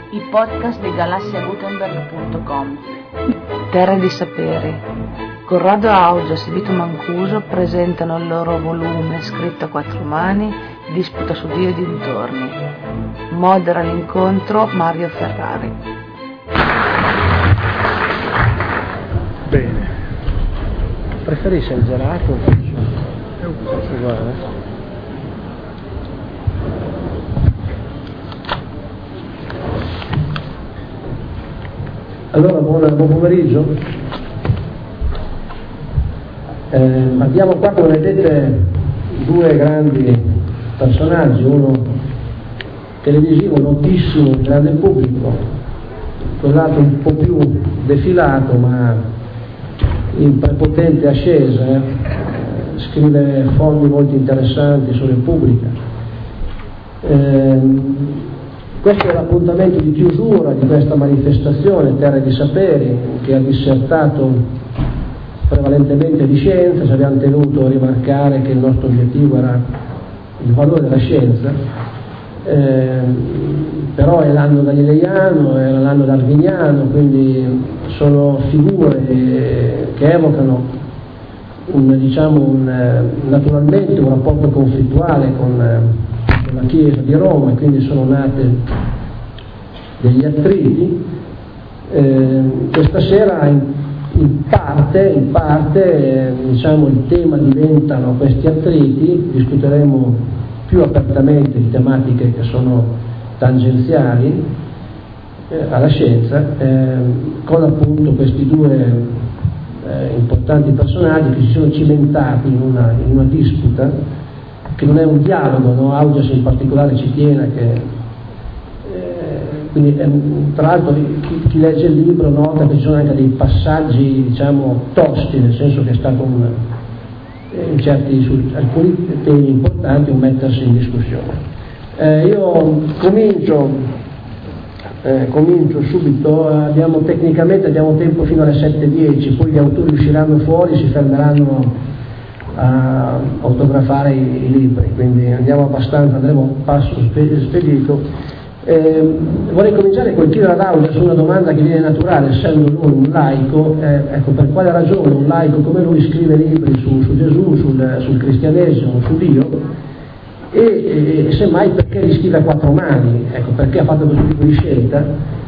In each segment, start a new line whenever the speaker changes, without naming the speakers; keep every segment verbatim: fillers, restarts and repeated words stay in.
i podcast di galassia gutenberg punto com. Terre di saperi. Corrado Augias e Vito Mancuso presentano il loro volume scritto a quattro mani, Disputa su Dio e dintorni. Modera l'incontro Mario Ferrari.
Bene. Preferisce il gelato? È uguale. Allora, buon, buon pomeriggio. Eh, abbiamo qua, come vedete, due grandi personaggi, uno televisivo notissimo del grande pubblico, quell'altro un po' più defilato ma in prepotente ascesa, eh, scrive fondi molto interessanti su Repubblica. Eh, Questo è l'appuntamento di chiusura di questa manifestazione Terre di Saperi, che ha dissertato prevalentemente di scienza. Ci abbiamo tenuto a rimarcare che il nostro obiettivo era il valore della scienza, eh, però è l'anno galileiano, era l'anno darwiniano, quindi sono figure che evocano un, diciamo, un, naturalmente un rapporto conflittuale con la Chiesa di Roma, e quindi sono nate degli attriti. Eh, questa sera in, in parte, in parte eh, diciamo, il tema diventano questi attriti. Discuteremo più apertamente di tematiche che sono tangenziali eh, alla scienza, eh, con appunto questi due eh, importanti personaggi che si sono cimentati in una, in una disputa che non è un dialogo, no? Augias in particolare ci tiene che, eh, quindi è, tra l'altro chi, chi legge il libro nota che ci sono anche dei passaggi, diciamo, tosti, nel senso che è stato un, in certi, su alcuni temi importanti, un mettersi in discussione. Eh, io comincio, eh, comincio subito, abbiamo, tecnicamente abbiamo tempo fino alle sette e dieci, poi gli autori usciranno fuori, si fermeranno a autografare i, i libri, quindi andiamo abbastanza, andremo un passo spedito. Eh, vorrei cominciare col chiedere ad Augias una domanda che viene naturale, essendo lui un laico. Eh, ecco, per quale ragione un laico come lui scrive libri su, su Gesù, sul, sul cristianesimo, su Dio, e, e, e semmai perché li scrive a quattro mani, ecco, perché ha fatto questo tipo di scelta.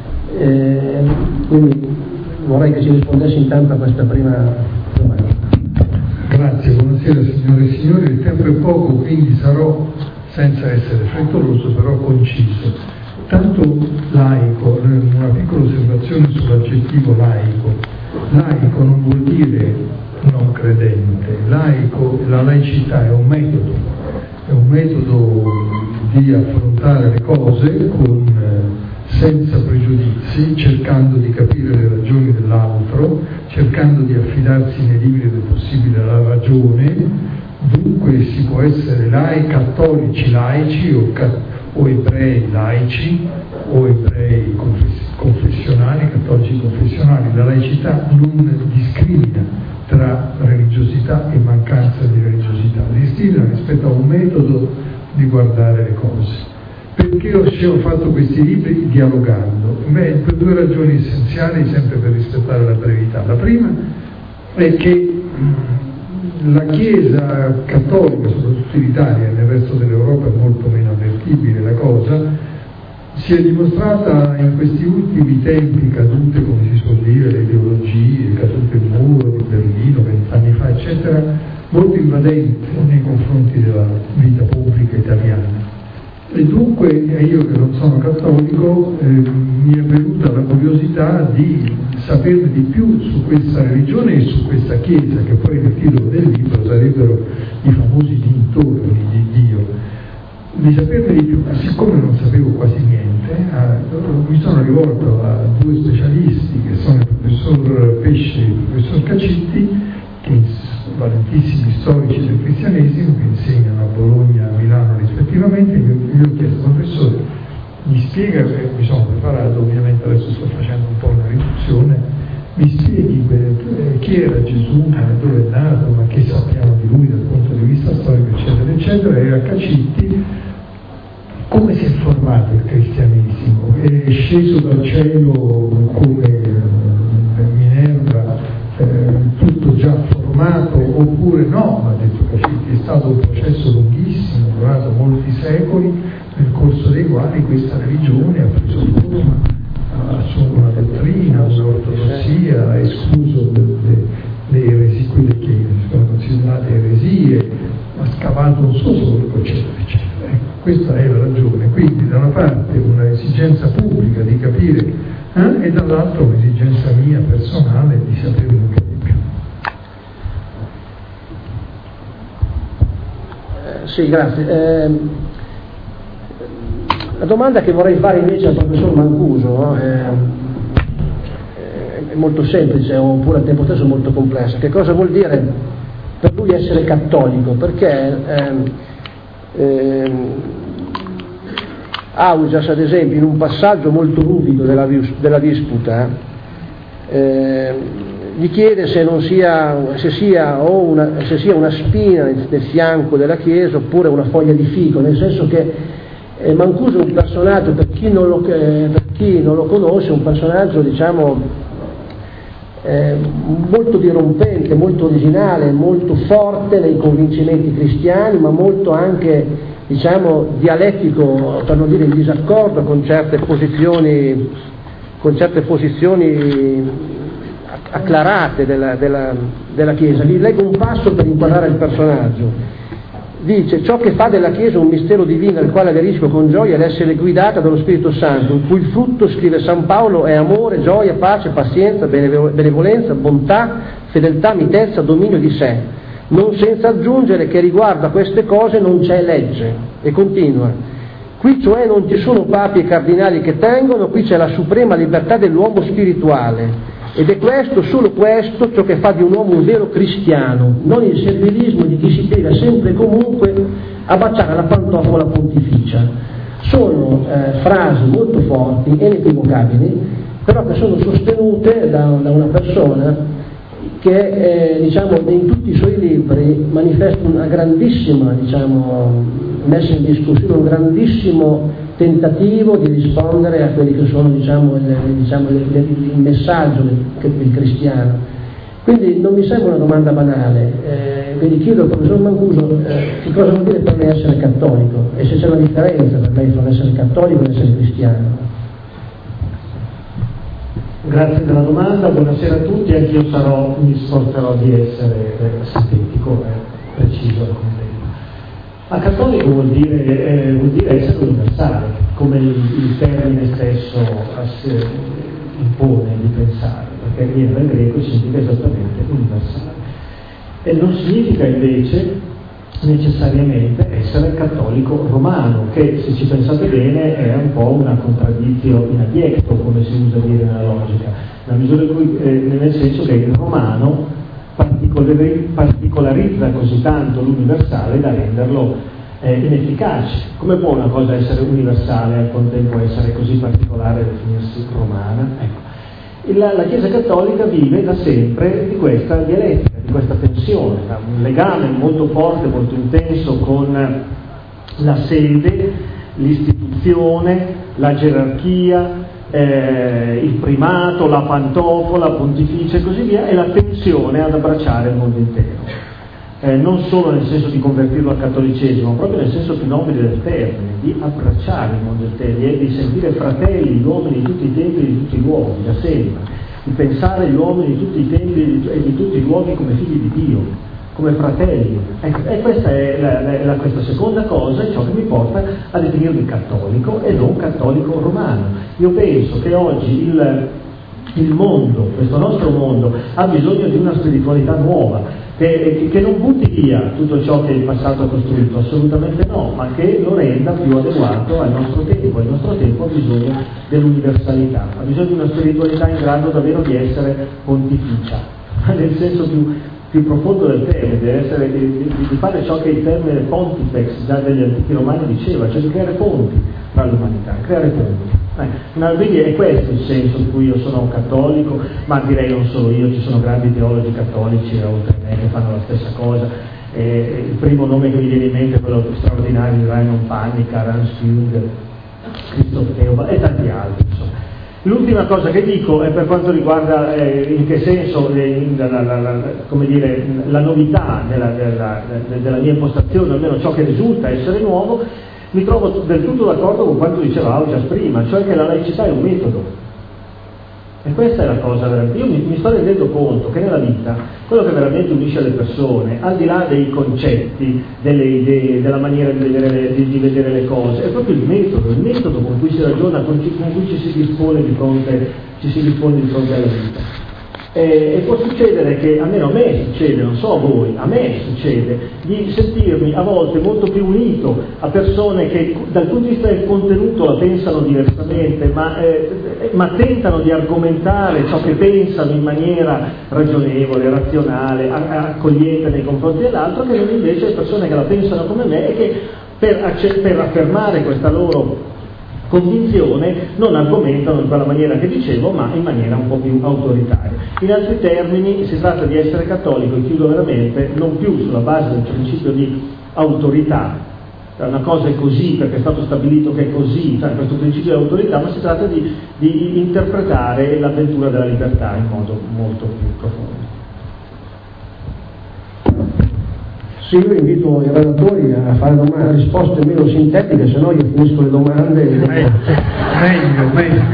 Eh, quindi vorrei che ci rispondessi intanto a questa prima domanda.
Grazie, buonasera signore e signori. Il tempo è poco, quindi sarò, senza essere frettoloso, però conciso. Tanto laico, una piccola osservazione sull'aggettivo laico. Laico non vuol dire non credente. Laico, la laicità è un metodo, è un metodo di affrontare le cose con senza pregiudizi, cercando di capire le ragioni dell'altro, cercando di affidarsi nei limiti del possibile alla ragione. Dunque si può essere lai, cattolici laici o, ca- o ebrei laici o ebrei confess- confessionali, cattolici confessionali. La laicità non discrimina tra religiosità e mancanza di religiosità, discrimina rispetto a un metodo di guardare le cose. Perché ho fatto questi libri dialogando? Beh, per due ragioni essenziali, sempre per rispettare la brevità. La prima è che la Chiesa cattolica, soprattutto in Italia e nel resto dell'Europa è molto meno avvertibile la cosa, si è dimostrata in questi ultimi tempi, cadute, come si suol dire, le ideologie, cadute il muro di Berlino vent'anni fa, eccetera, molto invadente nei confronti della vita pubblica italiana. E dunque io, che non sono cattolico, eh, mi è venuta la curiosità di saperne di più su questa religione e su questa Chiesa, che poi nel titolo del libro sarebbero i famosi dintorni di Dio. Di saperne di più, siccome non sapevo quasi niente, eh, mi sono rivolto a due specialisti, che sono il professor Pesce e il professor Cacitti, che valentissimi storici del cristianesimo, che insegnano a Bologna e a Milano rispettivamente. Gli ho chiesto: professore, mi spiega, mi sono preparato, ovviamente adesso sto facendo un po' una riduzione, mi spieghi eh, chi era Gesù, dove è nato, ma che sappiamo di lui dal punto di vista storico, eccetera, eccetera. E a Cacitti come si è formato il cristianesimo? È sceso dal cielo come Minerva, eh, tutto già formato, oppure no? Ha detto che è stato un processo lunghissimo, durato molti secoli, nel corso dei quali questa religione ha preso forma, ha assunto una dottrina, un'ortodossia, ha escluso le, le, le eresie, quelle che sono considerate eresie, ha scavato un suo solco, eccetera, eccetera. Ecco, questa è la ragione. Quindi da una parte un'esigenza pubblica di capire eh, e dall'altra un'esigenza mia personale di sapere un po' di più.
Eh, sì, grazie. Eh, la domanda che vorrei fare invece al professor Mancuso, no? è, è molto semplice, oppure al tempo stesso molto complessa. Che cosa vuol dire per lui essere cattolico? Perché ehm, ehm, Augias, ad esempio, in un passaggio molto ruvido della, della disputa, eh, gli chiede se non sia, se sia, o una, se sia una spina nel, nel fianco della Chiesa oppure una foglia di fico, nel senso che eh, Mancuso è un personaggio, per chi non lo, eh, per chi non lo conosce, un personaggio, diciamo, Eh, molto dirompente, molto originale, molto forte nei convincimenti cristiani, ma molto anche, diciamo, dialettico, per non dire in disaccordo con certe posizioni, con certe posizioni acclarate della, della, della Chiesa. Vi leggo un passo per inquadrare il personaggio. Dice: ciò che fa della Chiesa un mistero divino al quale aderisco con gioia è l'essere guidata dallo Spirito Santo, il cui frutto, scrive San Paolo, è amore, gioia, pace, pazienza, benevolenza, bontà, fedeltà, mitezza, dominio di sé. Non senza aggiungere che riguardo a queste cose non c'è legge. E continua: qui cioè non ci sono papi e cardinali che tengono, qui c'è la suprema libertà dell'uomo spirituale. Ed è questo, solo questo, ciò che fa di un uomo un vero cristiano, non il servilismo di chi si piega sempre e comunque a baciare la pantofola pontificia. Sono eh, frasi molto forti e inequivocabili, però che sono sostenute da, da una persona che eh, diciamo, in tutti i suoi libri manifesta una grandissima, diciamo, messa in discussione, un grandissimo tentativo di rispondere a quelli che sono, diciamo, il, diciamo, il, il messaggio del, del cristiano. Quindi non mi sembra una domanda banale, eh, quindi chiedo al professor Mancuso eh, che cosa vuol dire per me essere cattolico e se c'è una differenza per me tra essere cattolico e essere cristiano.
Grazie della domanda, buonasera a tutti, anche io sarò, mi sforzerò di essere eh, sintetico e preciso. Ma cattolico vuol dire, eh, vuol dire essere universale, come il, il termine stesso eh, impone di pensare, perché viene dal greco e significa esattamente universale. E non significa invece necessariamente essere cattolico romano, che se ci pensate bene è un po' una contradditio in adjecto, come si usa dire nella logica, nella misura in cui, eh, nel senso che il romano particolarizza così tanto l'universale da renderlo eh, inefficace. Come può una cosa essere universale e al contempo essere così particolare e definirsi romana? Ecco. La, la Chiesa Cattolica vive da sempre di questa dialettica, di questa tensione, un legame molto forte, molto intenso con la sede, l'istituzione, la gerarchia, Eh, il primato, la pantofola pontificia e così via, e la tensione ad abbracciare il mondo intero, eh, non solo nel senso di convertirlo al cattolicesimo, ma proprio nel senso più nobile del termine, di abbracciare il mondo intero, di, di sentire fratelli gli uomini di tutti i tempi e di tutti i luoghi, da sempre, di pensare gli uomini di tutti i tempi e di, e di tutti i luoghi come figli di Dio, come fratelli. Ecco, e questa è la, la, la, questa seconda cosa è ciò che mi porta a definirmi cattolico e non cattolico romano. Io penso che oggi il, il mondo, questo nostro mondo, ha bisogno di una spiritualità nuova, che, che non butti via tutto ciò che il passato ha costruito, assolutamente no, ma che lo renda più adeguato al nostro tempo. Il nostro tempo ha bisogno dell'universalità, ha bisogno di una spiritualità in grado davvero di essere pontificia, nel senso più più profondo del termine, deve essere di, di, di fare ciò che il termine pontifex già degli antichi romani diceva, cioè di creare ponti tra l'umanità, creare ponti. Eh, una, quindi è questo il senso in cui io sono cattolico, ma direi non solo io, ci sono grandi teologi cattolici oltre a me che fanno la stessa cosa. eh, il primo nome che mi viene in mente è quello straordinario di Raymond Panica, Hans Jung, Christoph Theobald e tanti altri, insomma. L'ultima cosa che dico è per quanto riguarda eh, in che senso eh, la, la, la, come dire, la novità della, della, della mia impostazione, almeno ciò che risulta essere nuovo. Mi trovo del tutto d'accordo con quanto diceva Augias prima, cioè che la laicità è un metodo. E questa è la cosa veramente. Io mi, mi sto rendendo conto che nella vita quello che veramente unisce le persone, al di là dei concetti, delle idee, della maniera di vedere, di, di vedere le cose, è proprio il metodo, il metodo con cui si ragiona, con, con cui ci si dispone di fronte, ci si dispone di fronte alla vita. E, e può succedere che, almeno a me succede, non so a voi, a me succede di sentirmi a volte molto più unito a persone che dal punto di vista del contenuto la pensano diversamente, ma, eh, ma tentano di argomentare ciò che pensano in maniera ragionevole, razionale, accogliente nei confronti dell'altro, che non invece le persone che la pensano come me e che per, per affermare questa loro convinzione non argomentano in quella maniera che dicevo, ma in maniera un po' più autoritaria. In altri termini, si tratta di essere cattolico, e chiudo veramente, non più sulla base del principio di autorità, una cosa è così perché è stato stabilito che è così, cioè questo principio di autorità, ma si tratta di, di interpretare l'avventura della libertà in modo molto più profondo.
Sì, io invito i relatori a fare domande, risposte meno sintetiche, se no io finisco le domande.
Meglio, meglio, meglio.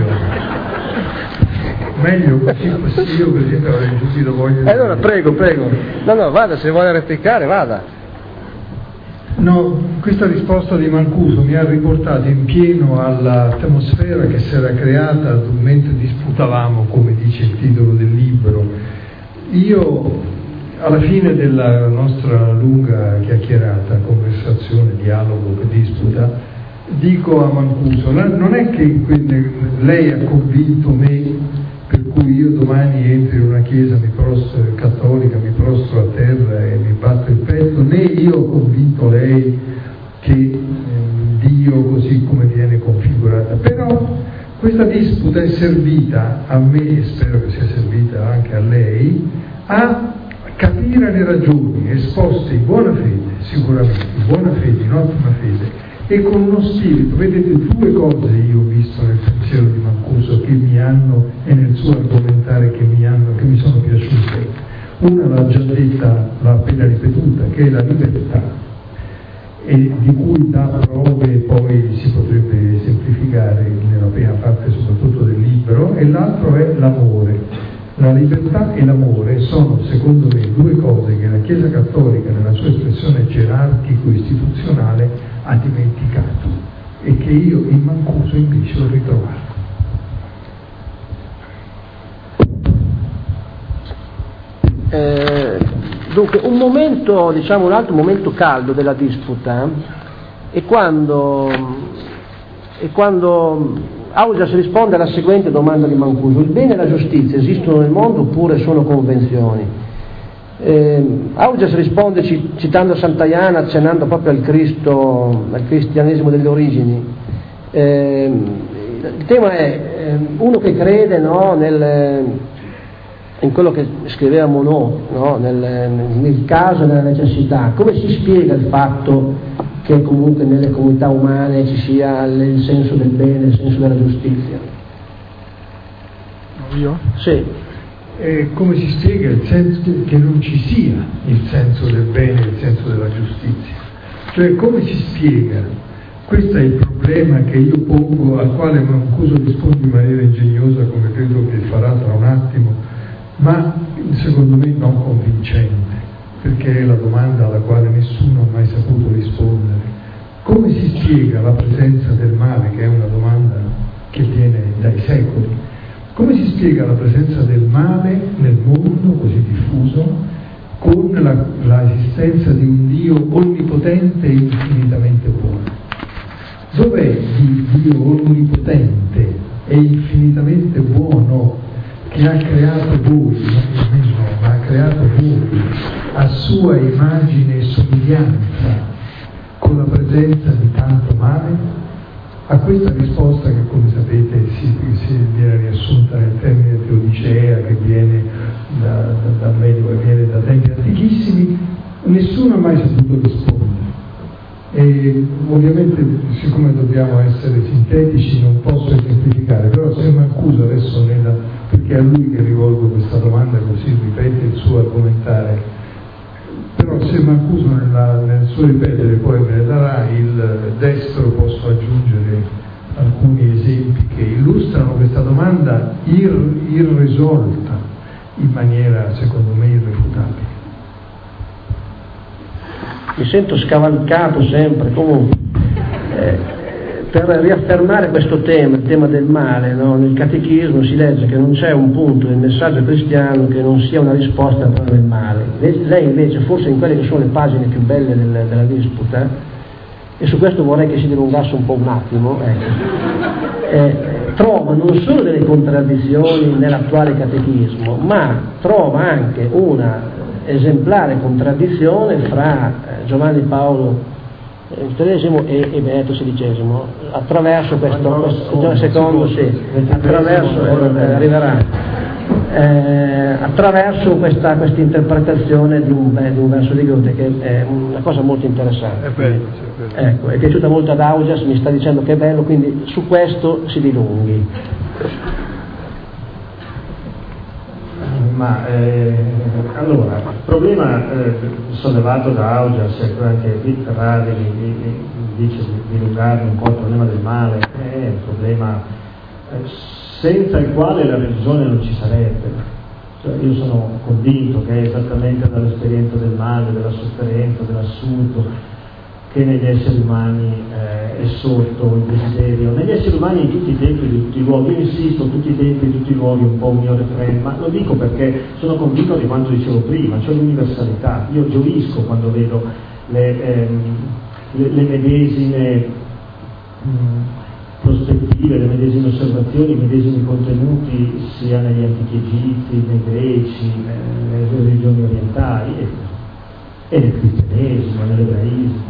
Meglio così, così io per esempio avrei giusto voglia.
Eh, allora prego, prego. No, no, vada, se vuole replicare, vada.
No, questa risposta di Mancuso mi ha riportato in pieno all'atmosfera che si era creata mentre disputavamo, come dice il titolo del libro. Io, alla fine della nostra lunga chiacchierata, conversazione, dialogo, disputa, dico a Mancuso, non è che lei ha convinto me per cui io domani entro in una chiesa mi prostro, cattolica, mi prostro a terra e mi batto il petto, né io ho convinto lei che eh, Dio così come viene configurata. Però questa disputa è servita a me, e spero che sia servita anche a lei, a capire le ragioni esposte in buona fede, sicuramente, in buona fede, in ottima fede, e con uno spirito. Vedete, due cose io ho visto nel pensiero di Mancuso che mi hanno, e nel suo argomentare che mi hanno, che mi sono piaciute. Una l'ha già detta, l'ha appena ripetuta, che è la libertà, e di cui dà prove poi si potrebbe semplificare nella prima parte soprattutto del libro, e l'altro è l'amore. La libertà e l'amore sono, secondo me, due cose che la Chiesa Cattolica, nella sua espressione gerarchico-istituzionale, ha dimenticato e che io in Mancuso invece ho ritrovato.
Eh, dunque, un momento, diciamo, un altro momento caldo della disputa è quando, è quando Augias risponde alla seguente domanda di Mancuso: il bene e la giustizia esistono nel mondo oppure sono convenzioni? Eh, Augias risponde citando Sant'Aiana, accennando proprio al Cristo, al cristianesimo delle origini. Eh, il tema è eh, uno che crede, no, nel, in quello che scriveva Monod, no, nel, nel caso e nella necessità. Come si spiega il fatto che comunque nelle comunità umane ci sia il senso del bene, il senso della giustizia?
Io?
Sì.
E come si spiega il senso che non ci sia il senso del bene e il senso della giustizia? Cioè, come si spiega? Questo è il problema che io pongo, al quale Mancuso risponde in maniera ingegnosa, come credo che farà tra un attimo, ma secondo me non convincente, perché è la domanda alla quale nessuno ha mai saputo rispondere. Come si spiega la presenza del male, che è una domanda che viene dai secoli? Come si spiega la presenza del male nel mondo così diffuso, con la, la esistenza di un Dio onnipotente e infinitamente buono? Dov'è il Dio onnipotente e infinitamente buono che ha creato voi, non me no, ma ha creato voi a sua immagine e somiglianza, con la presenza di tanto male? A questa risposta, che come sapete si, si viene riassunta nel termine teodicea, che viene da, da, da Medioevo, viene da tempi antichissimi, nessuno ha mai saputo rispondere. E ovviamente, siccome dobbiamo essere sintetici, non posso esemplificare, però se Mancuso adesso, nella, perché è a lui che rivolgo questa domanda, così ripete il suo argomentare, però se Mancuso nella, nel suo ripetere poi me ne darà il destro, posso aggiungere alcuni esempi che illustrano questa domanda ir, irrisolta in maniera, secondo me, irrefutabile.
Mi sento scavalcato sempre, comunque, eh, per riaffermare questo tema, il tema del male, no? Nel catechismo si legge che non c'è un punto del messaggio cristiano che non sia una risposta al problema del male. Lei invece, forse in quelle che sono le pagine più belle del, della disputa, e su questo vorrei che si dilungasse un po' un attimo, ecco, eh, trova non solo delle contraddizioni nell'attuale catechismo, ma trova anche una esemplare contraddizione fra Giovanni Paolo tredicesimo e, e Benedetto sedicesimo, attraverso questo, questo secondo, sì, attraverso, eh, arriverà, eh, attraverso questa questa interpretazione di un, di un verso di Goethe, che è una cosa molto interessante.
È bello, è bello.
Ecco, è piaciuta molto ad Augias, mi sta dicendo che è bello, quindi su questo si dilunghi.
Ma eh, allora, il problema eh, sollevato da Augias, e anche Ferrari dice di dilungare un po' il problema del male, è un problema eh, senza il quale la religione non ci sarebbe. Cioè, io sono convinto che è esattamente dall'esperienza del male, della sofferenza, dell'assurdo, che negli esseri umani eh, è sorto il desiderio, negli esseri umani in tutti i tempi, di tutti i luoghi. Io insisto, tutti i tempi, tutti i luoghi, un po' un mio refrain, ma lo dico perché sono convinto di quanto dicevo prima, cioè l'universalità. Io gioisco quando vedo le, ehm, le, le medesime mh, prospettive, le medesime osservazioni, i medesimi contenuti sia negli antichi egizi, nei greci, nelle religioni orientali e nel cristianesimo, nell'ebraismo,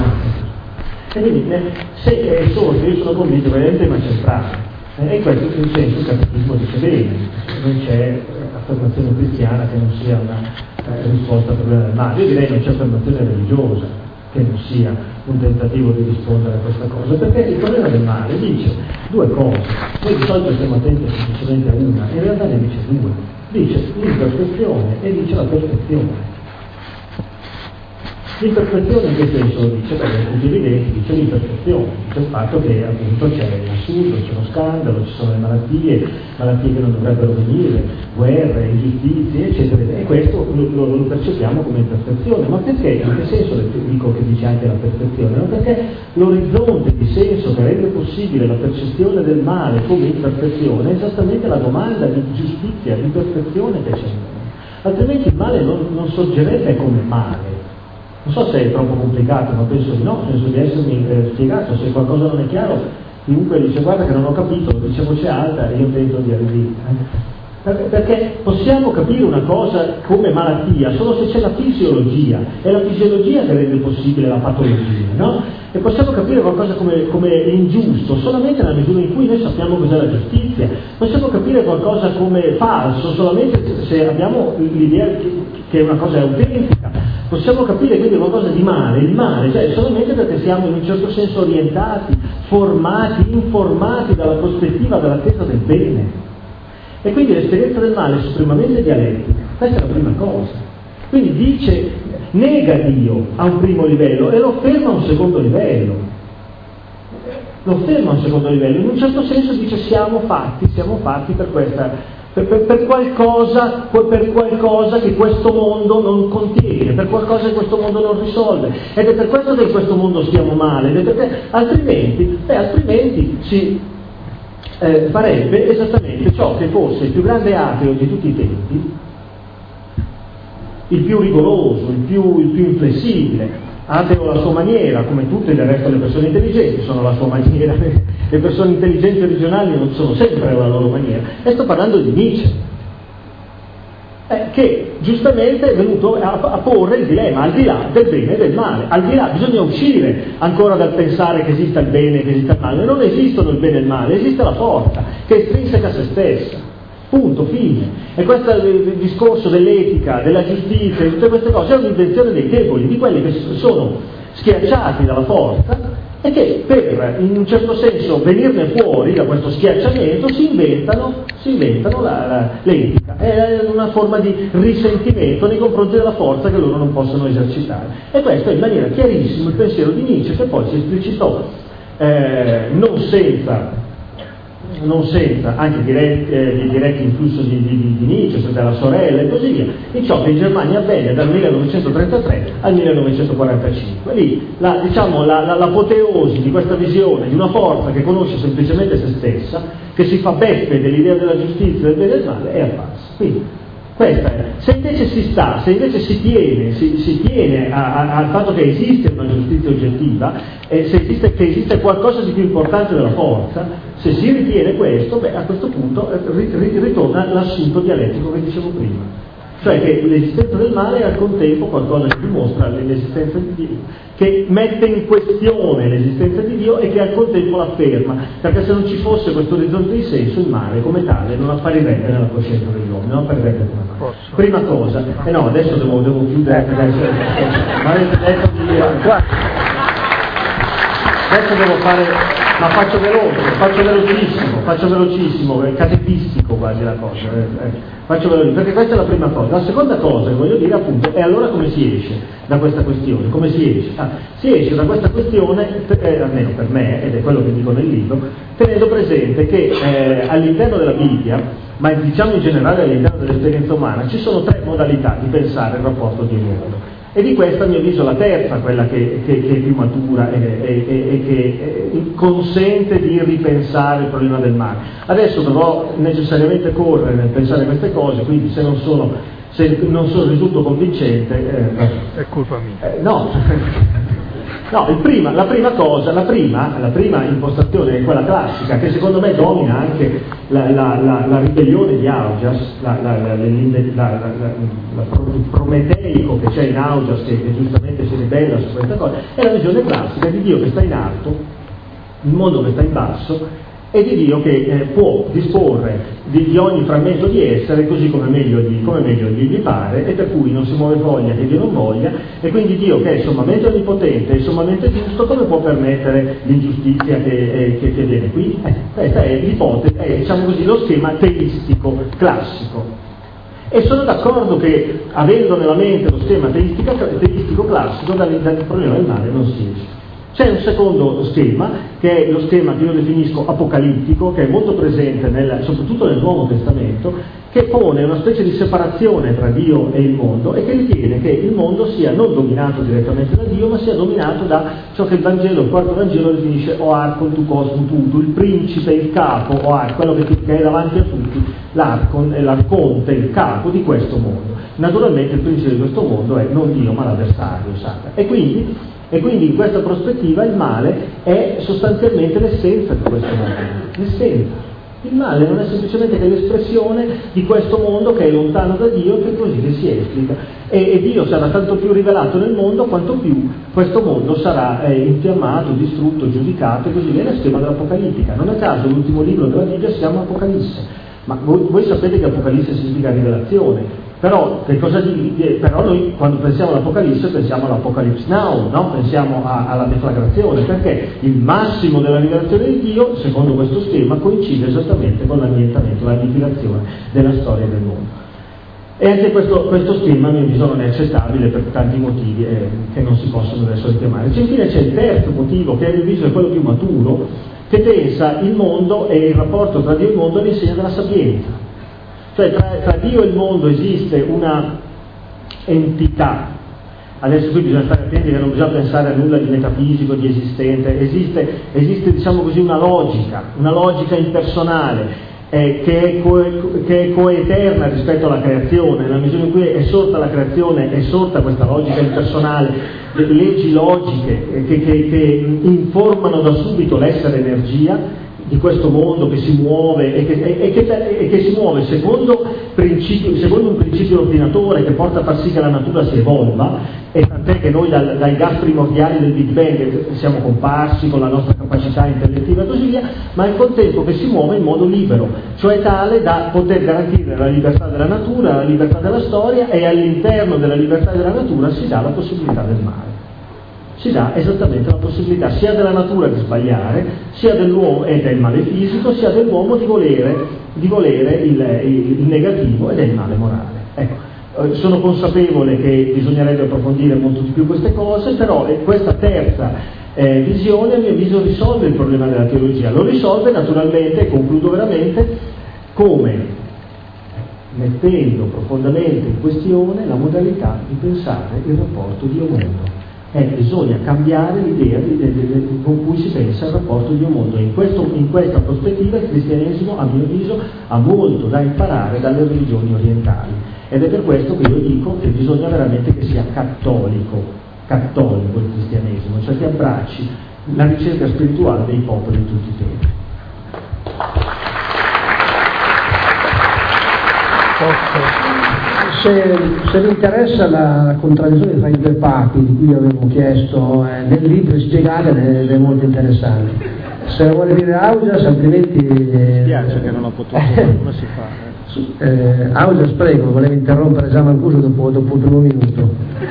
e quindi se è sorto, io sono convinto che è un tema centrale, eh, e questo in senso il catechismo dice bene, non c'è affermazione cristiana che non sia una eh, risposta al problema del male. Io direi non c'è affermazione religiosa che non sia un tentativo di rispondere a questa cosa, perché il problema del male dice due cose. Noi di solito stiamo attenti semplicemente a una, in realtà ne dice due, dice l'imperfezione e dice la perfezione. L'imperfezione in che senso lo dice? Perché è tutti evidenti, dice l'imperfezione, dice il fatto che appunto c'è l'assurdo, c'è lo scandalo, ci sono le malattie, malattie che non dovrebbero venire, guerre, ingiustizie, eccetera, e questo lo, lo, lo percepiamo come imperfezione. Ma perché? In che senso dico che dice anche la perfezione? Ma perché l'orizzonte di senso che rende possibile la percezione del male come imperfezione è esattamente la domanda di giustizia, di perfezione che c'è in noi. Altrimenti il male non, non sorgerebbe come male. Non so se è troppo complicato, ma penso di no, penso di essermi eh, spiegato. Se qualcosa non è chiaro, chiunque dice guarda che non ho capito, lo dice a voce alta e io tento di arrivare. Perché, perché possiamo capire una cosa come malattia solo se c'è la fisiologia, è la fisiologia che rende possibile la patologia, no? E possiamo capire qualcosa come, come ingiusto solamente nella misura in cui noi sappiamo cos'è la giustizia. Possiamo capire qualcosa come falso solamente se abbiamo l'idea che, che una cosa è autentica. Possiamo capire quindi qualcosa di male, il male, cioè solamente perché siamo in un certo senso orientati, formati, informati dalla prospettiva, dall'attesa del bene. E quindi l'esperienza del male è supremamente dialettica, questa è la prima cosa. Quindi dice, nega Dio a un primo livello e lo ferma a un secondo livello. Lo ferma a un secondo livello, in un certo senso dice siamo fatti, siamo fatti per questa... Per, per, per, qualcosa, per qualcosa che questo mondo non contiene, per qualcosa che questo mondo non risolve, ed è per questo che in questo mondo stiamo male, ed è perché altrimenti, beh, altrimenti si eh, farebbe esattamente ciò che fosse il più grande ateo di tutti i tempi, il più rigoroso, il più, il più inflessibile, ateo alla sua maniera, come tutte le resto le persone intelligenti sono la sua maniera, le persone intelligenti originali non sono sempre la loro maniera, e sto parlando di Nietzsche, eh, che giustamente è venuto a, a porre il dilemma al di là del bene e del male, al di là, bisogna uscire ancora dal pensare che esista il bene e che esista il male, non esistono il bene e il male, esiste la forza che è estrinseca a se stessa. Punto, fine. E questo è il discorso dell'etica, della giustizia, di tutte queste cose, è un'invenzione dei deboli, di quelli che sono schiacciati dalla forza e che per, in un certo senso, venirne fuori da questo schiacciamento si inventano, si inventano la, la, l'etica. È una forma di risentimento nei confronti della forza che loro non possono esercitare. E questo è in maniera chiarissima il pensiero di Nietzsche, che poi si esplicitò eh, non senza non senza anche diretti, eh, diretti influsso di, di, di Nietzsche, della sorella e così via, in ciò che in Germania avvenne dal millenovecentotrentatré al millenovecentoquarantacinque. Lì la, diciamo, la, la, l'apoteosi di questa visione di una forza che conosce semplicemente se stessa, che si fa beffe dell'idea della giustizia e del bene e del male, è apparsa. Quindi questa è. Se invece si sta, se invece si tiene, si, si tiene a, a, al fatto che esiste una giustizia oggettiva, e se esiste, che esiste qualcosa di più importante della forza, se si ritiene questo, beh, a questo punto eh, ritorna l'assunto dialettico che dicevo prima. Cioè che l'esistenza del male è al contempo qualcosa che dimostra l'esistenza di Dio, che mette in questione l'esistenza di Dio e che al contempo l'afferma, perché se non ci fosse questo orizzonte di senso, il male come tale non apparirebbe nella coscienza degli uomini, non apparirebbe come male. Prima cosa, e eh no, adesso devo, devo chiudere, adesso, ma avete detto di... Adesso devo fare, ma faccio veloce, faccio velocissimo, faccio velocissimo, è catechistico quasi la cosa, eh, eh, faccio veloce, perché questa è la prima cosa. La seconda cosa che voglio dire appunto è allora come si esce da questa questione, come si esce? Ah, si esce da questa questione, eh, almeno per me, ed è quello che dico nel libro, tenendo presente che eh, all'interno della Bibbia, ma diciamo in generale all'interno dell'esperienza umana, ci sono tre modalità di pensare il rapporto di un mondo. E di questa, a mio avviso, la terza, quella che, che, che è più matura e, e, e, e che consente di ripensare il problema del male. Adesso dovrò necessariamente correre nel pensare queste cose, quindi se non sono, se non sono risulto convincente... Eh,
è colpa mia.
Eh, no, no il prima, la prima cosa, la prima, la prima impostazione è quella classica, che secondo me domina anche la, la, la, la ribellione di Augias, la, la, la, la, la, la, il prometeico che c'è in Augias, che, che giustamente si ribella su questa cosa, è la visione classica di Dio che sta in alto, il mondo che sta in basso, e di Dio che eh, può disporre di, di ogni frammento di essere così come meglio, gli, come meglio gli, gli pare, e per cui non si muove voglia che Dio non voglia, e quindi Dio, che è sommamente onnipotente e sommamente giusto, come può permettere l'ingiustizia che, eh, che, che viene qui? Eh, questa è l'ipotesi, è diciamo così lo schema teistico classico. E sono d'accordo che, avendo nella mente lo schema teistico, teistico classico, dal, dal problema del male non si esce. C'è un secondo schema, che è lo schema che io definisco apocalittico, che è molto presente nel, soprattutto nel Nuovo Testamento, che pone una specie di separazione tra Dio e il mondo e che ritiene che il mondo sia non dominato direttamente da Dio, ma sia dominato da ciò che il Vangelo, il quarto Vangelo, definisce Oarchon tu cosmum tutu, il principe, il capo, Oar, quello che, che è davanti a tutti, l'arcon, l'arconte, il capo di questo mondo. Naturalmente il principe di questo mondo è non Dio, ma l'avversario, Satana. E quindi E quindi in questa prospettiva il male è sostanzialmente l'essenza di questo mondo, l'essenza. Il male non è semplicemente che l'espressione di questo mondo che è lontano da Dio, che così che si esplica. E, e Dio sarà tanto più rivelato nel mondo quanto più questo mondo sarà eh, infiammato, distrutto, giudicato e così via, nel schema dell'Apocalittica. Non a caso l'ultimo libro della Bibbia si chiama Apocalisse, ma voi, voi sapete che Apocalisse significa rivelazione. Però, che cosa di, però noi quando pensiamo all'Apocalisse pensiamo all'Apocalypse Now, no? Pensiamo a, alla deflagrazione, perché il massimo della rivelazione di Dio, secondo questo schema, coincide esattamente con l'annientamento, l'annichilazione della storia del mondo. E anche questo, questo schema a mio avviso non è accettabile per tanti motivi eh, che non si possono adesso richiamare. Cioè, infine c'è il terzo motivo, che a mio avviso è quello più maturo, che pensa il mondo e il rapporto tra Dio e il mondo all'insegna della sapienza. Cioè tra, tra Dio e il mondo esiste una entità, adesso qui bisogna stare attenti che non bisogna pensare a nulla di metafisico, di esistente, esiste, esiste diciamo così una logica, una logica impersonale eh, che, è co- che è coeterna rispetto alla creazione, nella misura in cui è sorta la creazione, è sorta questa logica impersonale, leggi logiche che, che, che informano da subito l'essere energia. di questo mondo che si muove e che, e, e che, e che si muove secondo, principio, secondo un principio ordinatore che porta a far sì che la natura si evolva, e tant'è che noi dal, dai gas primordiali del Big Bang siamo comparsi con la nostra capacità intellettiva e così via, ma al contempo che si muove in modo libero, cioè tale da poter garantire la libertà della natura, la libertà della storia, e all'interno della libertà della natura si dà la possibilità del male. Si dà esattamente la possibilità sia della natura di sbagliare, sia dell'uomo e del male fisico, sia dell'uomo di volere, di volere il, il, il negativo ed è il male morale. Ecco. Sono consapevole che bisognerebbe approfondire molto di più queste cose, però questa terza eh, visione a mio avviso risolve il problema della teologia. Lo risolve naturalmente, e concludo veramente, come mettendo profondamente in questione la modalità di pensare il rapporto Dio-mondo. Eh, bisogna cambiare l'idea di, di, di, di, con cui si pensa il rapporto Dio-mondo. In, questo, in questa prospettiva il cristianesimo, a mio avviso, ha molto da imparare dalle religioni orientali. Ed è per questo che io dico che bisogna veramente che sia cattolico, cattolico il cristianesimo, cioè che abbracci la ricerca spirituale dei popoli in tutti i tempi.
Se, se vi interessa la, la contraddizione tra i due papi di cui avevo chiesto, eh, nel libro è spiegata ed è molto interessante. Se la vuole dire Augias, altrimenti... Eh,
Mi spiace che non ho potuto, come si fa?
Eh, Augias, prego, volevo interrompere già Mancuso dopo, dopo il primo minuto.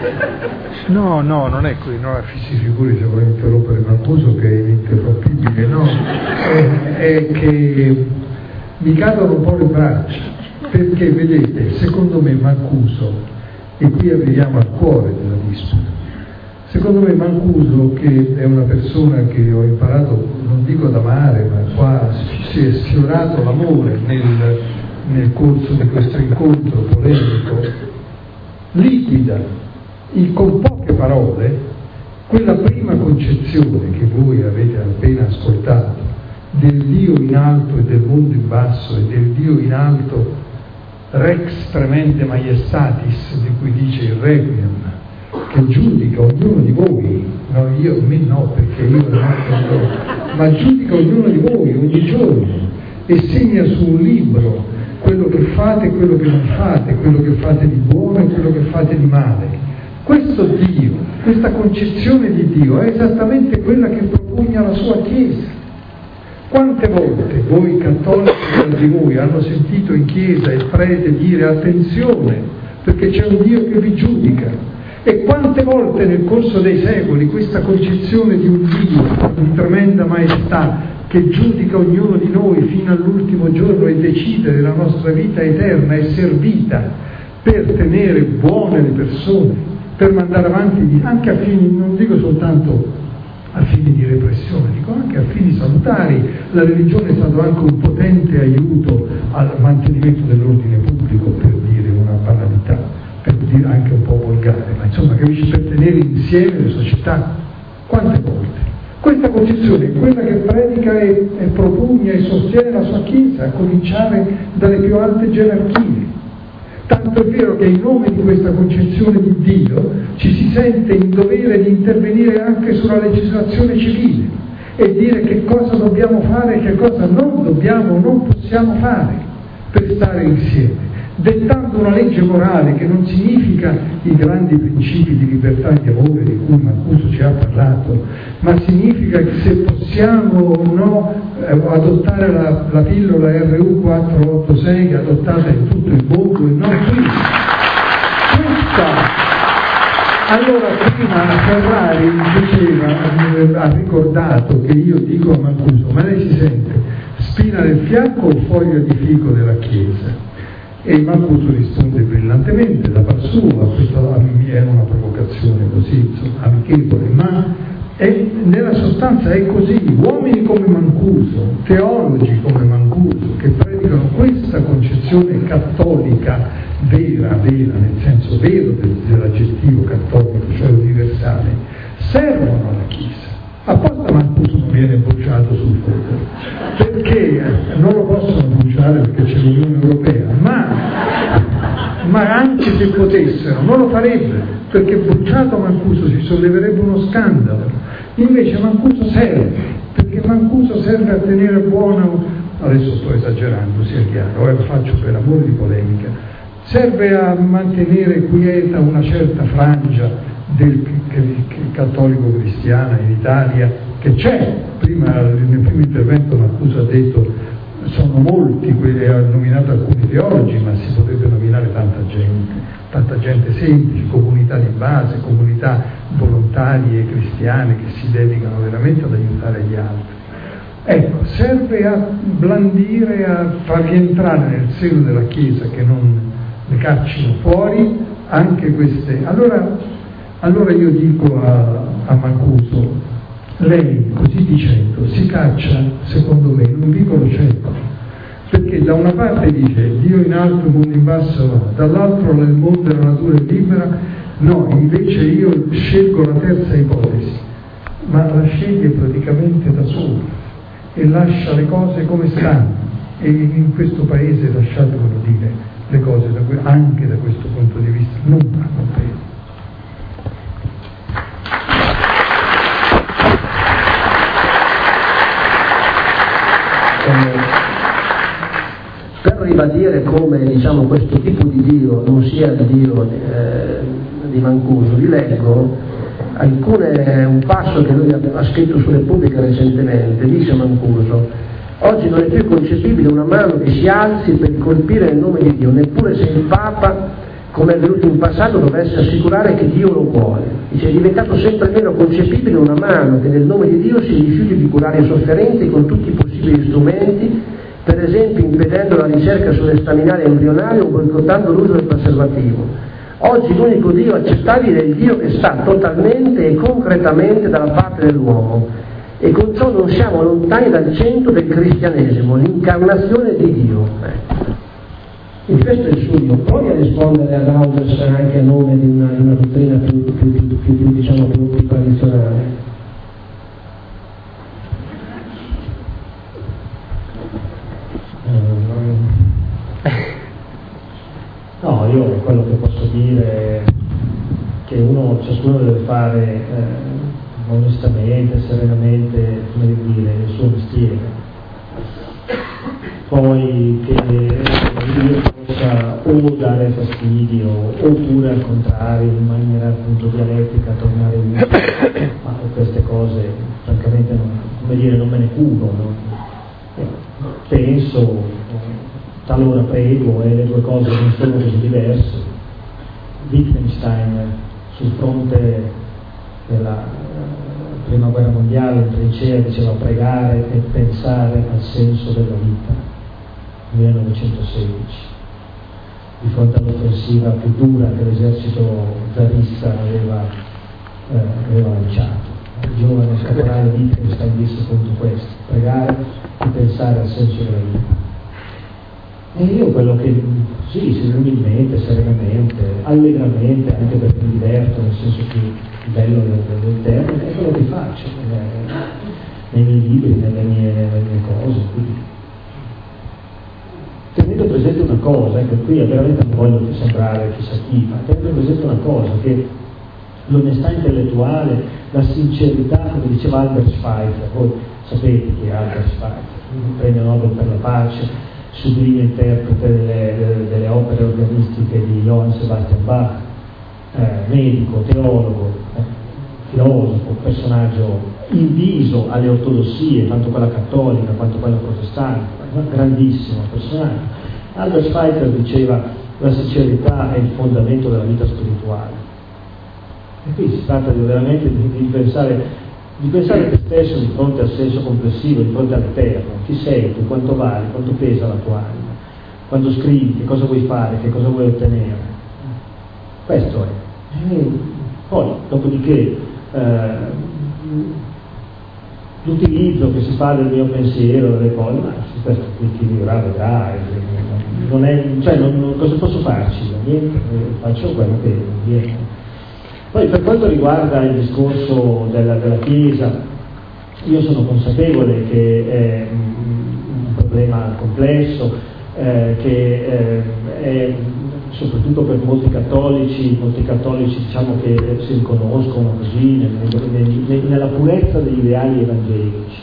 No, no, non è qui, no, si figuri se volevo interrompere Mancuso che è ininterrompibile, no, è, è che mi cadono un po' le braccia, perché vedete, secondo me Mancuso, e qui arriviamo al cuore della disputa, secondo me Mancuso, che è una persona che ho imparato, non dico ad amare, ma qua si è sfiorato l'amore nel, nel corso di questo incontro polemico, liquida in, con poche parole quella prima concezione che voi avete appena ascoltato del Dio in alto e del mondo in basso, e del Dio in alto rex tremente maiestatis, di cui dice il Requiem, che giudica ognuno di voi, no, io, me no, perché io non ho, ma giudica ognuno di voi ogni giorno e segna su un libro quello che fate e quello che non fate, quello che fate di buono e quello che fate di male. Questo Dio, questa concezione di Dio è esattamente quella che propugna la sua Chiesa. Quante volte voi cattolici tra di voi hanno sentito in chiesa il prete dire attenzione perché c'è un Dio che vi giudica, e quante volte nel corso dei secoli questa concezione di un Dio di tremenda maestà che giudica ognuno di noi fino all'ultimo giorno e decide della nostra vita eterna è servita per tenere buone le persone, per mandare avanti anche a fini, non dico soltanto a fini di repressione, dico anche a fini salutari. La religione è stato anche un potente aiuto al mantenimento dell'ordine pubblico, per dire una banalità, per dire anche un po' volgare, ma insomma capisci, per tenere insieme le società. Quante volte? Questa concezione è quella che predica e, e propugna e sostiene la sua Chiesa, a cominciare dalle più alte gerarchie. Tanto è vero che in nome di questa concezione di Dio ci si sente in dovere di intervenire anche sulla legislazione civile e dire che cosa dobbiamo fare e che cosa non dobbiamo o non possiamo fare per stare insieme, dettando una legge morale che non significa i grandi principi di libertà e di amore di cui Mancuso ci ha parlato, ma significa che se possiamo o no adottare la, la pillola R U quattrocentottantasei che è adottata in tutto il mondo e non qui. Questa, allora prima Ferrari diceva, ha ricordato che io dico a Mancuso, ma lei si sente spina nel fianco o foglio di fico della Chiesa? E Mancuso risponde brillantemente da par sua, questa è una provocazione così insomma, amichevole, ma è, nella sostanza è così. Uomini come Mancuso, teologi come Mancuso, che predicano questa concezione cattolica vera, vera, nel senso vero dell'aggettivo cattolico, cioè universale, servono alla Chiesa. Apposta Mancuso non viene bocciato sul fondo, perché non lo possono bocciare perché c'è l'Unione Europea, ma, ma anche se potessero non lo farebbero, perché bocciato Mancuso si solleverebbe uno scandalo Invece Mancuso serve, perché Mancuso serve a tenere buono, adesso sto esagerando, sia chiaro, eh, faccio per amore di polemica, serve a mantenere quieta una certa frangia del, del, del cattolico cristiana in Italia, che c'è. Prima, nel primo intervento Mancuso ha detto sono molti quelli, ha nominato alcuni teologi, ma si potrebbe nominare tanta gente, tanta gente semplice, comunità di base, comunità volontarie cristiane che si dedicano veramente ad aiutare gli altri. Ecco, serve a blandire, a far rientrare nel seno della Chiesa, che non le caccino fuori anche queste. Allora, allora io dico a, a Mancuso, lei, così dicendo, si caccia, secondo me, in un vicolo cieco, perché da una parte dice Dio in alto, mondo in basso, dall'altro nel mondo la natura è libera, no, invece io scelgo la terza ipotesi, ma la sceglie praticamente da solo e lascia le cose come stanno, e in questo paese, lasciatemelo dire, le cose da que- anche da questo punto di vista non vanno bene.
Per ribadire come, diciamo, questo tipo di Dio non sia il Dio eh, di Mancuso, vi leggo alcune, un passo che lui ha scritto su Repubblica recentemente. Dice Mancuso: oggi non è più concepibile una mano che si alzi per colpire nel nome di Dio, neppure se il Papa, come è avvenuto in passato, dovesse assicurare che Dio lo vuole. Dice: è diventato sempre meno concepibile una mano che nel nome di Dio si rifiuti di curare i sofferenti con tutti i possibili strumenti, per esempio impedendo la ricerca sulle staminali embrionali o boicottando l'uso del preservativo. Oggi l'unico Dio accettabile è il Dio che sta totalmente e concretamente dalla parte dell'uomo, e con ciò non siamo lontani dal centro del cristianesimo, l'incarnazione di Dio. E questo è il suo Dio. Provi a rispondere ad Rausers anche a nome di una, di una dottrina più, più, più, più, più, diciamo, più, più tradizionale.
No, io quello che posso dire è che uno, ciascuno deve fare eh, onestamente, serenamente, come dire, il suo mestiere. Poi che Dio possa o dare fastidio oppure al contrario in maniera appunto dialettica tornare utile, ma queste cose francamente non, come dire, non me ne curo, no? Penso, talora prego, e le due cose non sono così diverse. Wittgenstein sul fronte della prima guerra mondiale in trincea diceva pregare e pensare al senso della vita, millenovecentosedici, di fronte all'offensiva più dura che l'esercito zarista aveva, eh, aveva lanciato. Il giovane caporale Wittgenstein disse appunto questo: pregare e pensare al senso della vita. E io quello che, sì, serenamente, serenamente, allegramente, anche perché mi diverto nel senso più bello del, del termine, è quello che faccio eh, nei miei libri, nelle mie, nelle mie cose. Quindi, tenendo presente una cosa, ecco, qui veramente non voglio sembrare chissà chi, ma tenendo presente una cosa, che l'onestà intellettuale, la sincerità, come diceva Albert Schweitzer, voi sapete chi è Albert Schweitzer, un premio Nobel per la pace, sublime interprete delle, delle opere organistiche di Johann Sebastian Bach, eh, medico, teologo, eh, filosofo, personaggio inviso alle ortodossie, tanto quella cattolica quanto quella protestante, un grandissimo personaggio. Albert Schweitzer diceva: la sincerità è il fondamento della vita spirituale. E qui si tratta di, veramente di, di pensare di pensare te stesso di fronte al senso complessivo, di fronte all'eterno. Chi sei tu, quanto vali, quanto pesa la tua anima, quando scrivi, che cosa vuoi fare, che cosa vuoi ottenere. Questo è. E poi, dopodiché, eh, l'utilizzo che si fa del mio pensiero, delle cose, ma questo chi vivrà vedrà, non è, cioè, non, non, cosa posso farci? Niente, faccio quello che viene. Poi per quanto riguarda il discorso della, della Chiesa, io sono consapevole che è un problema complesso, eh, che eh, è soprattutto per molti cattolici, molti cattolici diciamo che si riconoscono così nel, nel, nella purezza degli ideali evangelici.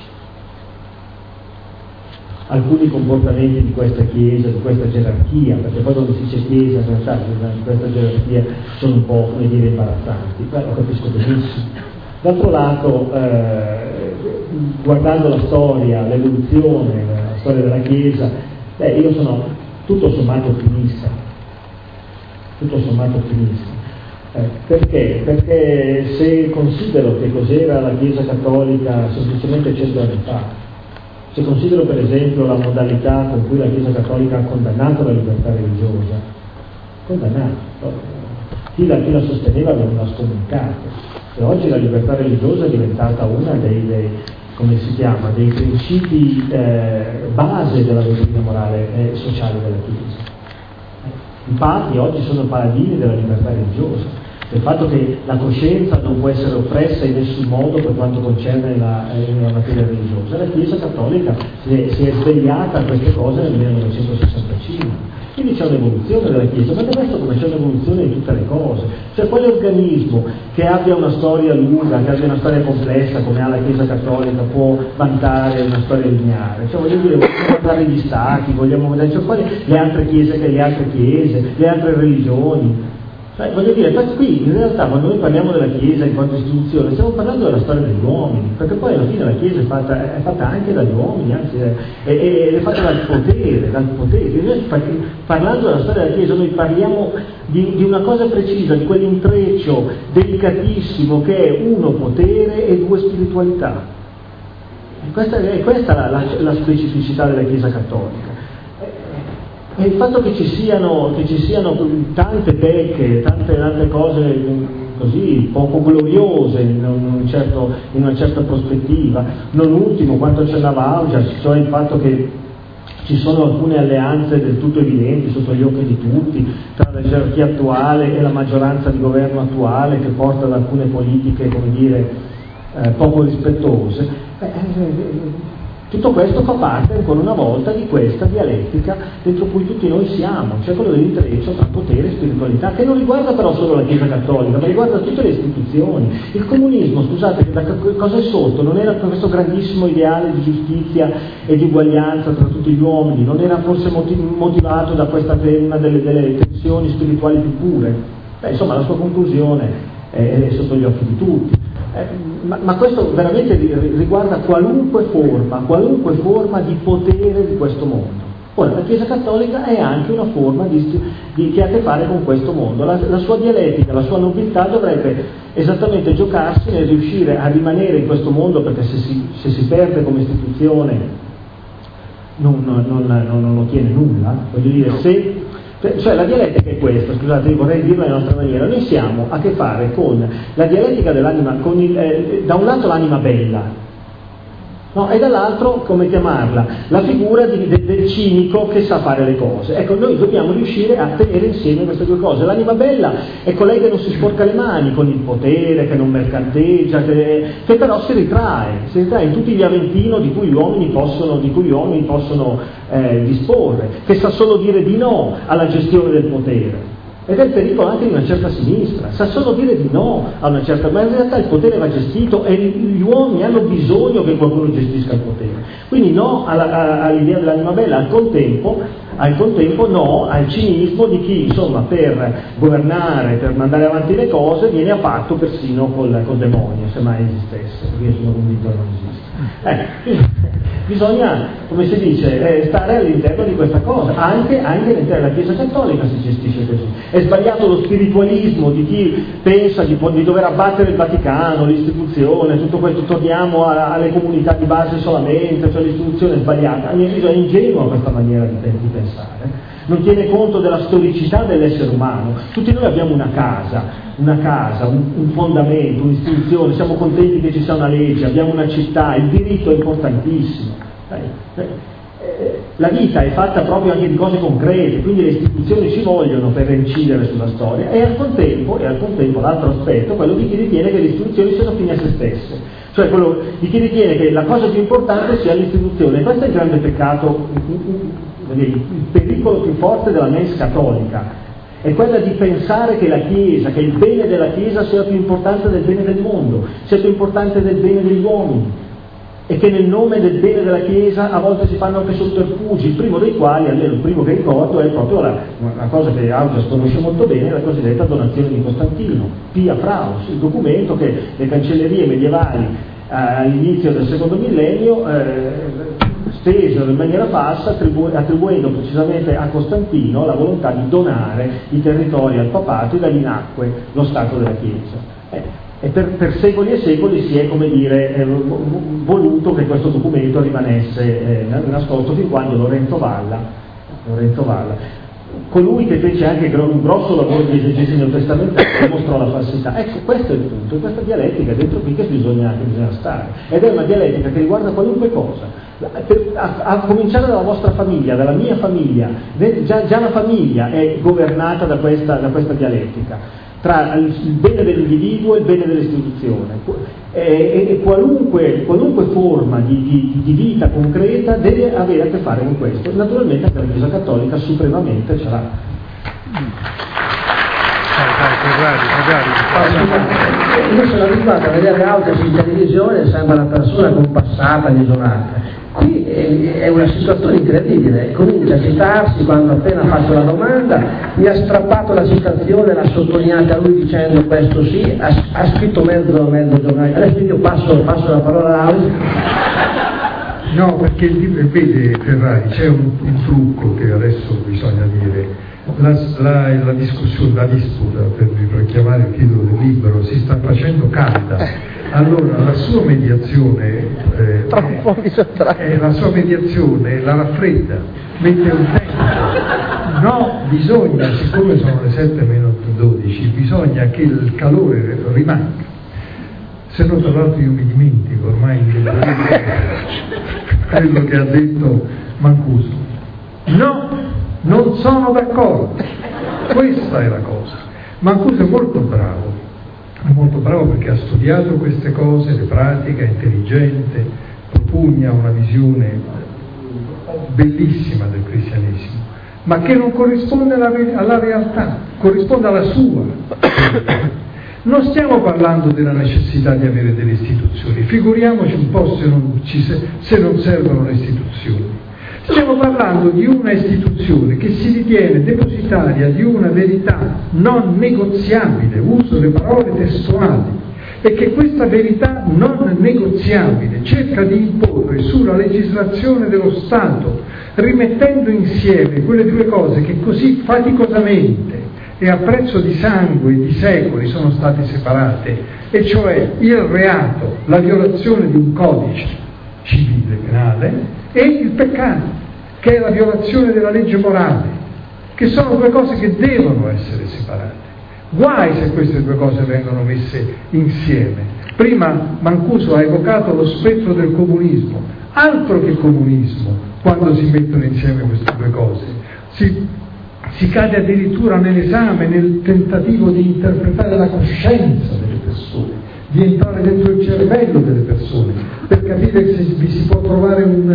Alcuni comportamenti di questa Chiesa, di questa gerarchia, perché poi quando si dice Chiesa in realtà di questa gerarchia sono un po', come dire, imbarazzanti, però lo capisco benissimo. D'altro lato, eh, guardando la storia, l'evoluzione, la storia della Chiesa, eh, io sono tutto sommato ottimista, tutto sommato ottimista. Eh, perché? Perché se considero che cos'era la Chiesa cattolica semplicemente cento anni fa, se considero per esempio la modalità con cui la Chiesa cattolica ha condannato la libertà religiosa, condannato, chi la, chi la sosteneva veniva scomunicato, e oggi la libertà religiosa è diventata una dei, dei come si chiama, dei principi eh, base della dottrina morale e sociale della Chiesa. I papi oggi sono paladini della libertà religiosa, del fatto che la coscienza non può essere oppressa in nessun modo per quanto concerne la, eh, la materia religiosa. La Chiesa cattolica si è, si è svegliata a queste cose nel millenovecentosessantacinque. Quindi c'è un'evoluzione della Chiesa, ma del resto come c'è un'evoluzione in tutte le cose. Cioè quale organismo che abbia una storia lunga, che abbia una storia complessa come ha la Chiesa cattolica può vantare una storia lineare? Cioè voglio dire, vogliamo guardare gli stati, vogliamo vedere cioè, quali le altre chiese che le altre chiese, le altre religioni. Cioè, voglio dire, qui in realtà quando noi parliamo della Chiesa in quanto istituzione stiamo parlando della storia degli uomini, perché poi alla fine la Chiesa è fatta, è fatta anche dagli uomini, anzi è, è, è fatta dal potere, dal potere. Noi, parlando della storia della Chiesa noi parliamo di, di una cosa precisa, di quell'intreccio delicatissimo che è uno potere e due spiritualità. E questa è questa la, la, la specificità della Chiesa cattolica. E il fatto che ci siano, che ci siano tante pecche, tante, tante cose così poco gloriose in, un certo, in una certa prospettiva, non ultimo quanto accennava Augias, cioè il fatto che ci sono alcune alleanze del tutto evidenti sotto gli occhi di tutti tra la gerarchia attuale e la maggioranza di governo attuale che porta ad alcune politiche, come dire, eh, poco rispettose. Eh, eh, Tutto questo fa parte ancora una volta di questa dialettica dentro cui tutti noi siamo, cioè quello dell'intreccio tra potere e spiritualità, che non riguarda però solo la Chiesa cattolica, ma riguarda tutte le istituzioni. Il comunismo, scusate, da cosa è sorto? Non era questo grandissimo ideale di giustizia e di uguaglianza tra tutti gli uomini, non era forse motivato da questa una delle, delle tensioni spirituali più pure? Beh, insomma, la sua conclusione è sotto gli occhi di tutti. Eh, ma, ma questo veramente riguarda qualunque forma, qualunque forma di potere di questo mondo. Ora, la Chiesa cattolica è anche una forma di, di, che ha a che fare con questo mondo. La, la sua dialettica, la sua nobiltà dovrebbe esattamente giocarsi nel riuscire a rimanere in questo mondo, perché se si, se si perde come istituzione non, non, non, non ottiene nulla. Voglio dire, se Cioè la dialettica è questa, scusate, io vorrei dirla in un'altra maniera, noi siamo a che fare con la dialettica dell'anima, con il, eh, da un lato l'anima bella, no? E dall'altro, come chiamarla, la figura di, de, del cinico che sa fare le cose. Ecco, noi dobbiamo riuscire a tenere insieme queste due cose. L'anima bella è colei che non si sporca le mani con il potere, che non mercanteggia, che, che però si ritrae, si ritrae in tutti gli avventino di cui gli uomini possono, di cui gli uomini possono eh, disporre, che sa solo dire di no alla gestione del potere. Ed è il pericolo anche di una certa sinistra, sa solo dire di no a una certa, ma in realtà il potere va gestito e gli uomini hanno bisogno che qualcuno gestisca il potere. Quindi no alla, a, all'idea dell'anima bella, al contempo, al contempo no al cinismo di chi, insomma, per governare, per mandare avanti le cose, viene a patto persino col, col demonio, se mai esistesse, perché io sono convinto che non esiste. Eh, bisogna, come si dice, eh, stare all'interno di questa cosa, anche, anche all'interno della Chiesa cattolica si gestisce così. È sbagliato lo spiritualismo di chi pensa di, di dover abbattere il Vaticano, l'istituzione, tutto questo, torniamo a, alle comunità di base solamente, cioè l'istituzione è sbagliata. A mio avviso è ingenua questa maniera di, di pensare. Non tiene conto della storicità dell'essere umano. Tutti noi abbiamo una casa, una casa, un, un fondamento, un'istituzione, siamo contenti che ci sia una legge, abbiamo una città, il diritto è importantissimo. La vita è fatta proprio anche di cose concrete, quindi le istituzioni ci vogliono per incidere sulla storia, e al contempo, e al contempo l'altro aspetto, quello di chi ritiene che le istituzioni siano fini a se stesse, cioè quello di chi ritiene che la cosa più importante sia l'istituzione. E questo è il grande peccato, il pericolo più forte della mens cattolica, è quella di pensare che la Chiesa, che il bene della Chiesa sia più importante del bene del mondo, sia più importante del bene degli uomini, e che nel nome del bene della Chiesa a volte si fanno anche sotterfugi, il primo dei quali, almeno il primo che ricordo, è proprio la, una cosa che Augias conosce molto bene, la cosiddetta donazione di Costantino, Pia Fraus, il documento che le cancellerie medievali eh, all'inizio del secondo millennio eh, stesero in maniera falsa, attribu- attribuendo precisamente a Costantino la volontà di donare i territori al papato, e da lì nacque lo Stato della Chiesa. Eh, E per, per secoli e secoli si è, come dire, eh, voluto che questo documento rimanesse eh, nascosto, fin quando Lorenzo Valla, Lorenzo Valla, colui che fece anche un grosso lavoro di esegesi neotestamentari, mostrò la falsità. Ecco, questo è il punto, è questa dialettica dentro qui che bisogna, che bisogna stare, ed è una dialettica che riguarda qualunque cosa, a, a cominciare dalla vostra famiglia, dalla mia famiglia. Già, già la famiglia è governata da questa, da questa dialettica tra il bene dell'individuo e il bene dell'istituzione, e, e, e qualunque, qualunque forma di, di, di vita concreta deve avere a che fare con questo. Naturalmente anche la Chiesa Cattolica supremamente ce l'ha.
Io sono abituato a vedere Augias in televisione, sembra una persona compassata, misurata. Qui è una situazione incredibile, comincia a citarsi quando appena fatto la domanda, mi ha strappato la citazione, l'ha sottolineata lui dicendo questo sì, ha, ha scritto mezzo, mezzo giornale. Adesso io passo, passo la parola a Augias.
No, perché vede Ferrari, c'è un, un trucco che adesso bisogna dire. La, la, la discussione, la disputa, per, per chiamare il titolo del libro, si sta facendo calda. Allora la sua mediazione eh, è, la sua mediazione la raffredda, mette un tempo. No, bisogna, siccome sono le sette meno dodici, bisogna che il calore rimanga. Se no, tra l'altro, io mi dimentico ormai quello che ha detto Mancuso. No, non sono d'accordo. Questa è la cosa. Mancuso è molto bravo. È molto bravo perché ha studiato queste cose, le pratica, è intelligente, propugna una visione bellissima del cristianesimo, ma che non corrisponde alla, alla realtà, corrisponde alla sua. Non stiamo parlando della necessità di avere delle istituzioni, figuriamoci un po' se non, ci, se non servono le istituzioni. Stiamo parlando di una istituzione che si ritiene depositaria di una verità non negoziabile, uso le parole testuali, e che questa verità non negoziabile cerca di imporre sulla legislazione dello Stato, rimettendo insieme quelle due cose che così faticosamente e a prezzo di sangue e di secoli sono state separate, e cioè il reato, la violazione di un codice civile penale, e il peccato, che è la violazione della legge morale, che sono due cose che devono essere separate. Guai se queste due cose vengono messe insieme. Prima Mancuso ha evocato lo spettro del comunismo, altro che comunismo quando si mettono insieme queste due cose. Si, si cade addirittura nell'esame, nel tentativo di interpretare la coscienza delle persone, di entrare dentro il cervello delle persone, per capire se vi si può trovare un,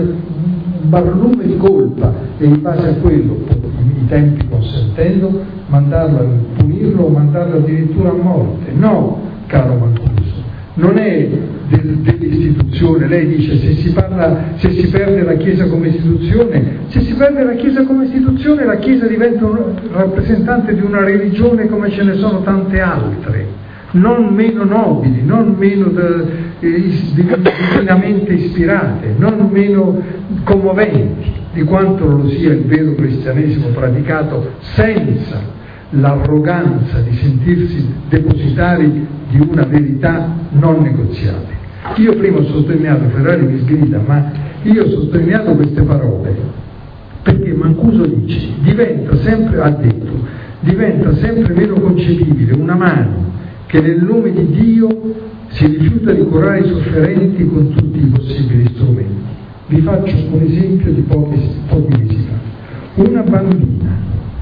un barlume di colpa e in base a quello, i tempi consentendo, mandarlo a punirlo o mandarlo addirittura a morte. No, caro Mancuso, non è del, dell'istituzione. Lei dice se si parla, se si perde la Chiesa come istituzione, se si perde la Chiesa come istituzione, la Chiesa diventa un rappresentante di una religione come ce ne sono tante altre, non meno nobili, non meno da, eh, divinamente ispirate, non meno commoventi di quanto lo sia il vero cristianesimo praticato senza l'arroganza di sentirsi depositari di una verità non negoziabile. Io prima ho sottolineato, Ferrari mi sgrida, ma io ho sottolineato queste parole perché Mancuso dice, diventa sempre, ha detto, diventa sempre meno concepibile una mano che nel nome di Dio si rifiuta di curare i sofferenti con tutti i possibili strumenti. Vi faccio un esempio di pochi, pochi mesi fa. Una bambina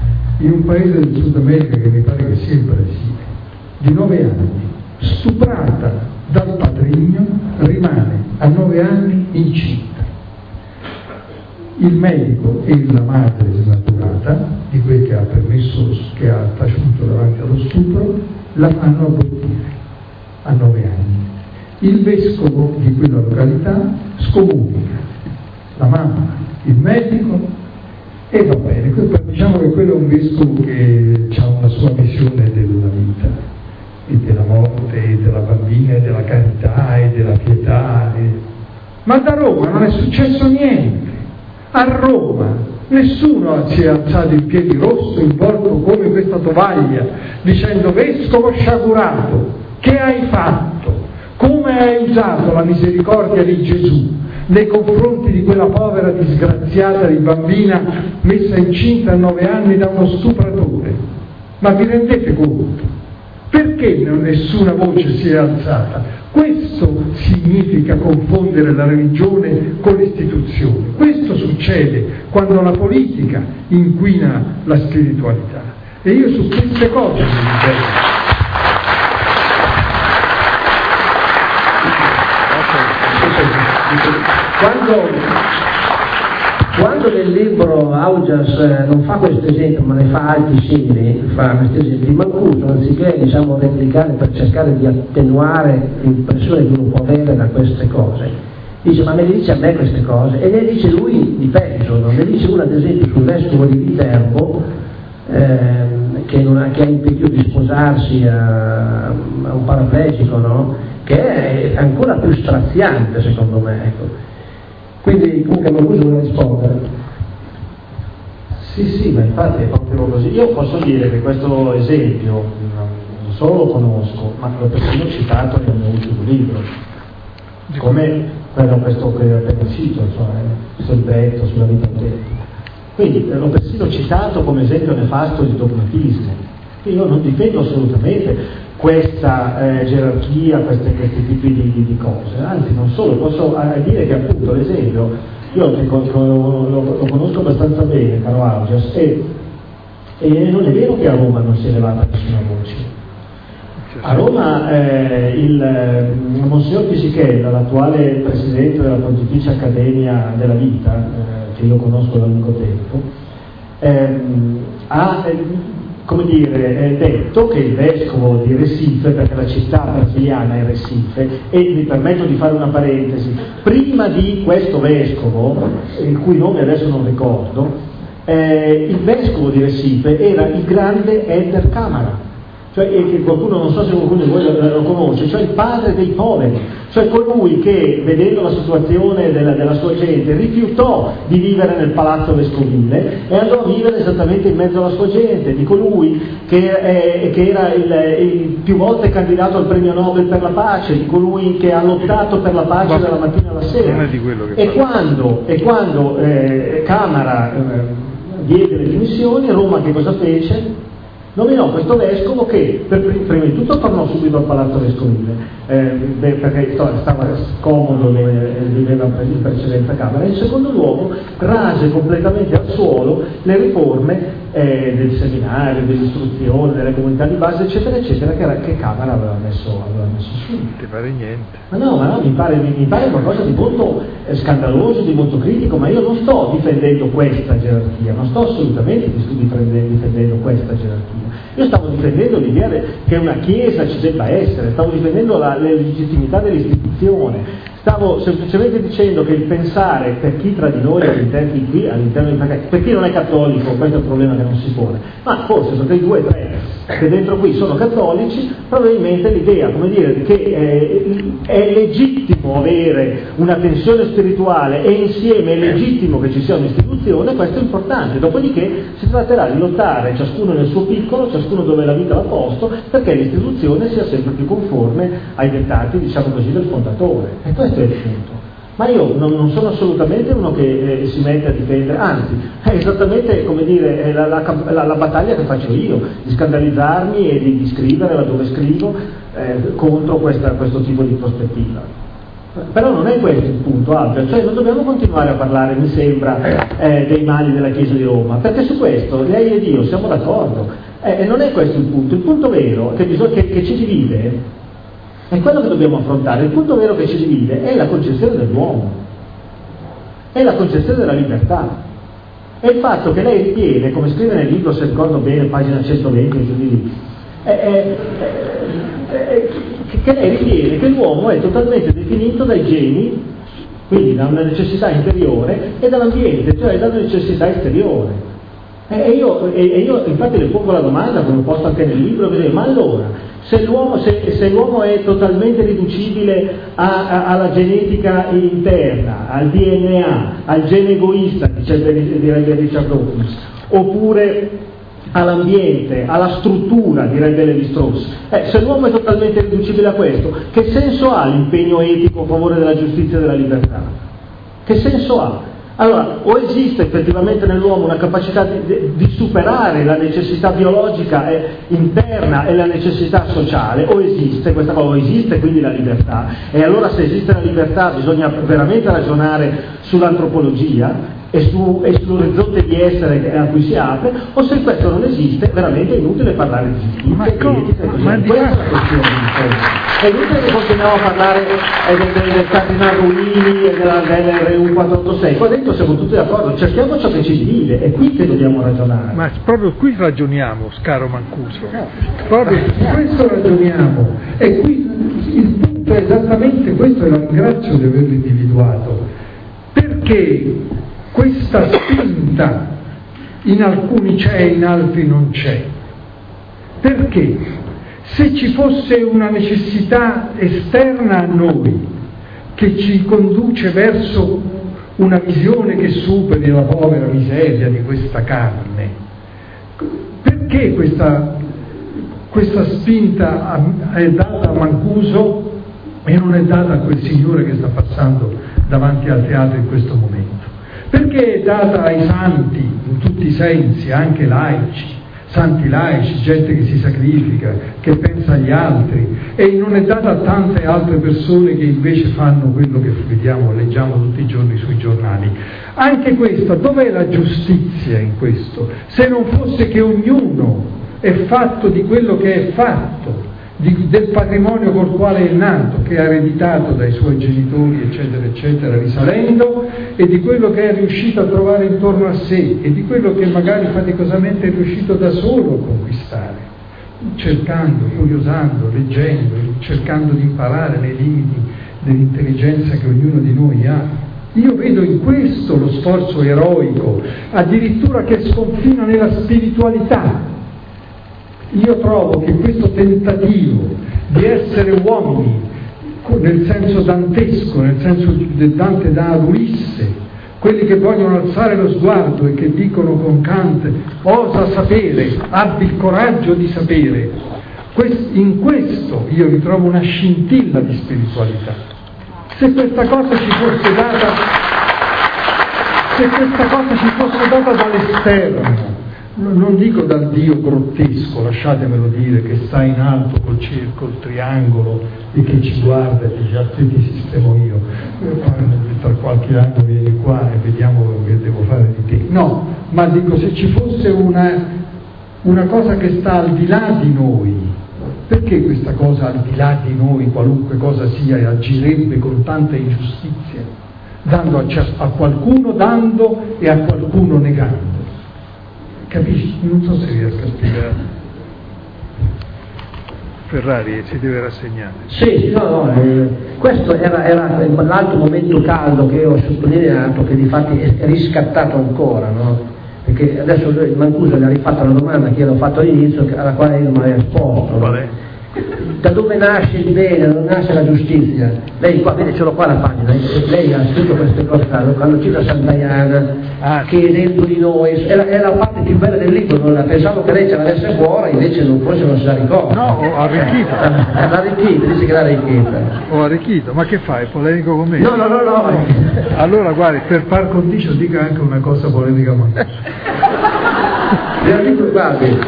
in un paese del Sud America, che mi pare che sia il Brasile, di nove anni, stuprata dal patrigno, rimane a nove anni incinta. Il medico e la madre snaturata di quel che ha permesso, che ha taciuto davanti allo stupro, la fanno abortire a nove anni. Il vescovo di quella località scomunica la mamma, il medico, e va bene. Diciamo che quello è un vescovo che ha una sua visione della vita e della morte e della bambina e della carità e della pietà e... ma da Roma non è successo niente. A Roma nessuno si è alzato in piedi rosso, in volto come questa tovaglia, dicendo: vescovo sciagurato, che hai fatto? Come hai usato la misericordia di Gesù nei confronti di quella povera disgraziata di bambina messa incinta a nove anni da uno stupratore? Ma vi rendete conto? Perché non nessuna voce si è alzata? Questo significa confondere la religione con l'istituzione. Questo succede quando la politica inquina la spiritualità. E io su queste cose mi rifletto.
Quando, quando nel libro Augias non fa questo esempio, ma ne fa altri simili, fa questo esempio di Mancuso, anziché diciamo replicare per cercare di attenuare l'impressione che uno può avere da queste cose, dice: ma me le dice a me queste cose? E ne dice lui di peggio, no? Ne dice una ad esempio sul vescovo di Viterbo, ehm, che, non ha, che ha impedito di sposarsi a, a un paraplegico, no? Che è ancora più straziante secondo me, ecco. Quindi comunque non bisogna rispondere.
Sì, sì, ma infatti è proprio così. Io posso dire che questo esempio non solo lo conosco, ma l'ho persino citato nel mio ultimo libro, come quello questo che ho appena citato, cioè sul detto, sulla vita del detto. Quindi l'ho persino citato come esempio nefasto di dogmatismo. Io non difendo assolutamente questa eh, gerarchia, queste, questi tipi di, di, di cose, anzi non solo, posso eh, dire che appunto l'esempio, io lo, lo, lo conosco abbastanza bene, caro Augias, e, e non è vero che a Roma non si è levata nessuna voce. A Roma eh, il eh, Monsignor Fisichella, l'attuale presidente della Pontificia Accademia della Vita, eh, che io conosco da lungo tempo, ehm, ha eh, come dire, è detto che il vescovo di Recife, perché la città brasiliana è Recife, e mi permetto di fare una parentesi, prima di questo vescovo, il cui nome adesso non ricordo, eh, il vescovo di Recife era il grande Eder Camara, cioè che qualcuno, non so se qualcuno di voi lo, lo conosce, cioè il padre dei poveri, cioè colui che, vedendo la situazione della, della sua gente, rifiutò di vivere nel palazzo vescovile e andò a vivere esattamente in mezzo alla sua gente, di colui che, è, che era il, il più volte candidato al premio Nobel per la pace, di colui che ha lottato per la pace Ma dalla mattina alla sera.
Di che
e, quando, e quando eh, Camara eh, diede le dimissioni, Roma che cosa fece? Nominò questo vescovo che per, prima di tutto tornò subito al palazzo vescovile, eh, beh, perché stava scomodo dove viveva in precedenza Camera, e in secondo luogo rase completamente al suolo le riforme eh, del seminario, dell'istruzione, delle comunità di base, eccetera, eccetera, che, era, che Camera aveva messo, aveva messo su.
Non ti pare niente?
Ma no, ma no, mi pare, mi, mi pare qualcosa di molto eh, scandaloso, di molto critico, ma io non sto difendendo questa gerarchia, non sto assolutamente difendendo, difendendo questa gerarchia. Io stavo difendendo l'idea che una Chiesa ci debba essere, stavo difendendo la, la legittimità dell'istituzione, stavo semplicemente dicendo che il pensare per chi tra di noi all'interno di qui, all'interno di per chi non è cattolico, questo è il problema che non si pone, ma forse sono dei due o tre che dentro qui sono cattolici, probabilmente l'idea, come dire, che eh, è legittimo avere una tensione spirituale e insieme è legittimo che ci sia un'istituzione, questo è importante, dopodiché si tratterà di lottare ciascuno nel suo piccolo, ciascuno dove la vita l'ha posto, perché l'istituzione sia sempre più conforme ai dettati, diciamo così, del fondatore, e questo è il punto. Ma io non, non sono assolutamente uno che eh, si mette a difendere, anzi, è esattamente, come dire, è la, la, la, la battaglia che faccio io, di scandalizzarmi e di, di scrivere laddove scrivo eh, contro questa, questo tipo di prospettiva. Però non è questo il punto, Albert, cioè non dobbiamo continuare a parlare, mi sembra, eh, dei mali della Chiesa di Roma, perché su questo lei ed io siamo d'accordo, eh, e non è questo il punto. Il punto vero che, bisog- che, che ci divide è quello che dobbiamo affrontare. Il punto vero che ci divide è la concezione dell'uomo, è la concezione della libertà. è il fatto che lei ritiene, come scrive nel libro, se ricordo bene, pagina centoventi, giù di lì, è, è, è, è, che lei ritiene che l'uomo è totalmente definito dai geni, quindi da una necessità interiore, e dall'ambiente, cioè da una necessità esteriore. E io, e io infatti le pongo la domanda, come ho posto anche nel libro, ma allora, se l'uomo, se, se l'uomo è totalmente riducibile a, a, alla genetica interna, al D N A, al gene egoista, direbbe Richard Dawkins, oppure all'ambiente, alla struttura, direbbe Levi-Strauss, eh, se l'uomo è totalmente riducibile a questo, che senso ha l'impegno etico a favore della giustizia e della libertà? Che senso ha? Allora, o esiste effettivamente nell'uomo una capacità di, di superare la necessità biologica e interna e la necessità sociale, o esiste questa cosa, o esiste quindi la libertà, e allora se esiste la libertà bisogna veramente ragionare sull'antropologia e, su, e sull'orizzonte di essere a cui si apre, o se questo non esiste, veramente è inutile parlare di giustizia,
ma
di etica e così via. Questa è la questione. È inutile che continuiamo a parlare eh, del, del, del cardinale Ruini e della, dell'R U quattrocentottantasei. Qua dentro siamo tutti d'accordo, cerchiamo ciò che ci divide, è qui che dobbiamo ragionare.
Ma proprio qui ragioniamo, caro Mancuso, proprio su questo ragioniamo, e qui il punto è esattamente questo, e la ringrazio di averlo individuato, perché questa spinta in alcuni c'è, in altri non c'è. Perché? Se ci fosse una necessità esterna a noi che ci conduce verso una visione che superi la povera miseria di questa carne, perché questa, questa spinta è data a Mancuso e non è data a quel signore che sta passando davanti al teatro in questo momento? Perché è data ai santi in tutti i sensi, anche laici, santi laici, gente che si sacrifica, che pensa agli altri, e non è data a tante altre persone che invece fanno quello che vediamo, leggiamo tutti i giorni sui giornali? Anche questa, dov'è la giustizia in questo? Se non fosse che ognuno è fatto di quello che è fatto, di, del patrimonio col quale è nato, che ha ereditato dai suoi genitori, eccetera, eccetera, risalendo, e di quello che è riuscito a trovare intorno a sé, e di quello che magari faticosamente è riuscito da solo a conquistare, cercando, curiosando, leggendo, cercando di imparare nei limiti dell'intelligenza che ognuno di noi ha. Io vedo in questo lo sforzo eroico, addirittura che sconfina nella spiritualità. Io trovo che questo tentativo di essere uomini, nel senso dantesco, nel senso di Dante da Ulisse, quelli che vogliono alzare lo sguardo e che dicono con Kant: osa sapere, abbi il coraggio di sapere, in questo io ritrovo una scintilla di spiritualità. Se questa cosa ci fosse data, se questa cosa ci fosse data dall'esterno, non dico dal Dio grottesco, lasciatemelo dire, che sta in alto col circo, il triangolo, e che ci guarda e dice: a te ti sistemo io, tra qualche anno vieni qua e vediamo che devo fare di te. No, ma dico, se ci fosse una, una cosa che sta al di là di noi, perché questa cosa al di là di noi, qualunque cosa sia, agirebbe con tanta ingiustizia, dando a, a qualcuno dando e a qualcuno negando? Capisci? Non so se riesco a spiegare. Ferrari si deve rassegnare.
Sì, no, no, eh, questo era, era l'altro momento caldo che ho sottolineato, che di fatti è riscattato ancora, no? Perché adesso lui, Mancuso gli ha rifatto una domanda che io l'ho fatto all'inizio, alla quale io non mi ha risposto.
Qual è?
Da dove nasce il bene, da dove nasce la giustizia? Lei qua, vede, ce l'ho qua la pagina, lei ha scritto queste cose, quando cita Sant'Aiana, ah, che dentro di noi, è la, è la parte più bella del libro, non la, pensavo che lei ce l'avesse buona, invece non, forse non se la ricorda.
No, ho arricchito.
L'ha arricchito, dice che l'ha arricchita.
Ho arricchito, ma che fai, polemico con me?
No, no, no, no.
Allora guardi, per par condicio dica anche una cosa polemica con me.
Guardi.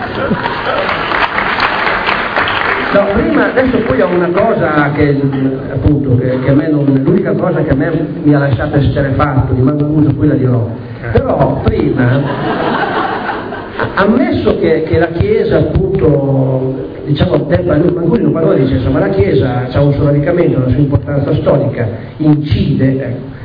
No, prima, adesso poi ho una cosa che appunto che, che a me non, l'unica cosa che a me mi ha lasciato esterrefatto di Mancuso, poi la dirò. Però prima, ammesso che, che la Chiesa appunto, diciamo, Mancuso non parla, dice insomma la Chiesa ha un suo radicamento, una sua importanza storica, incide, ecco.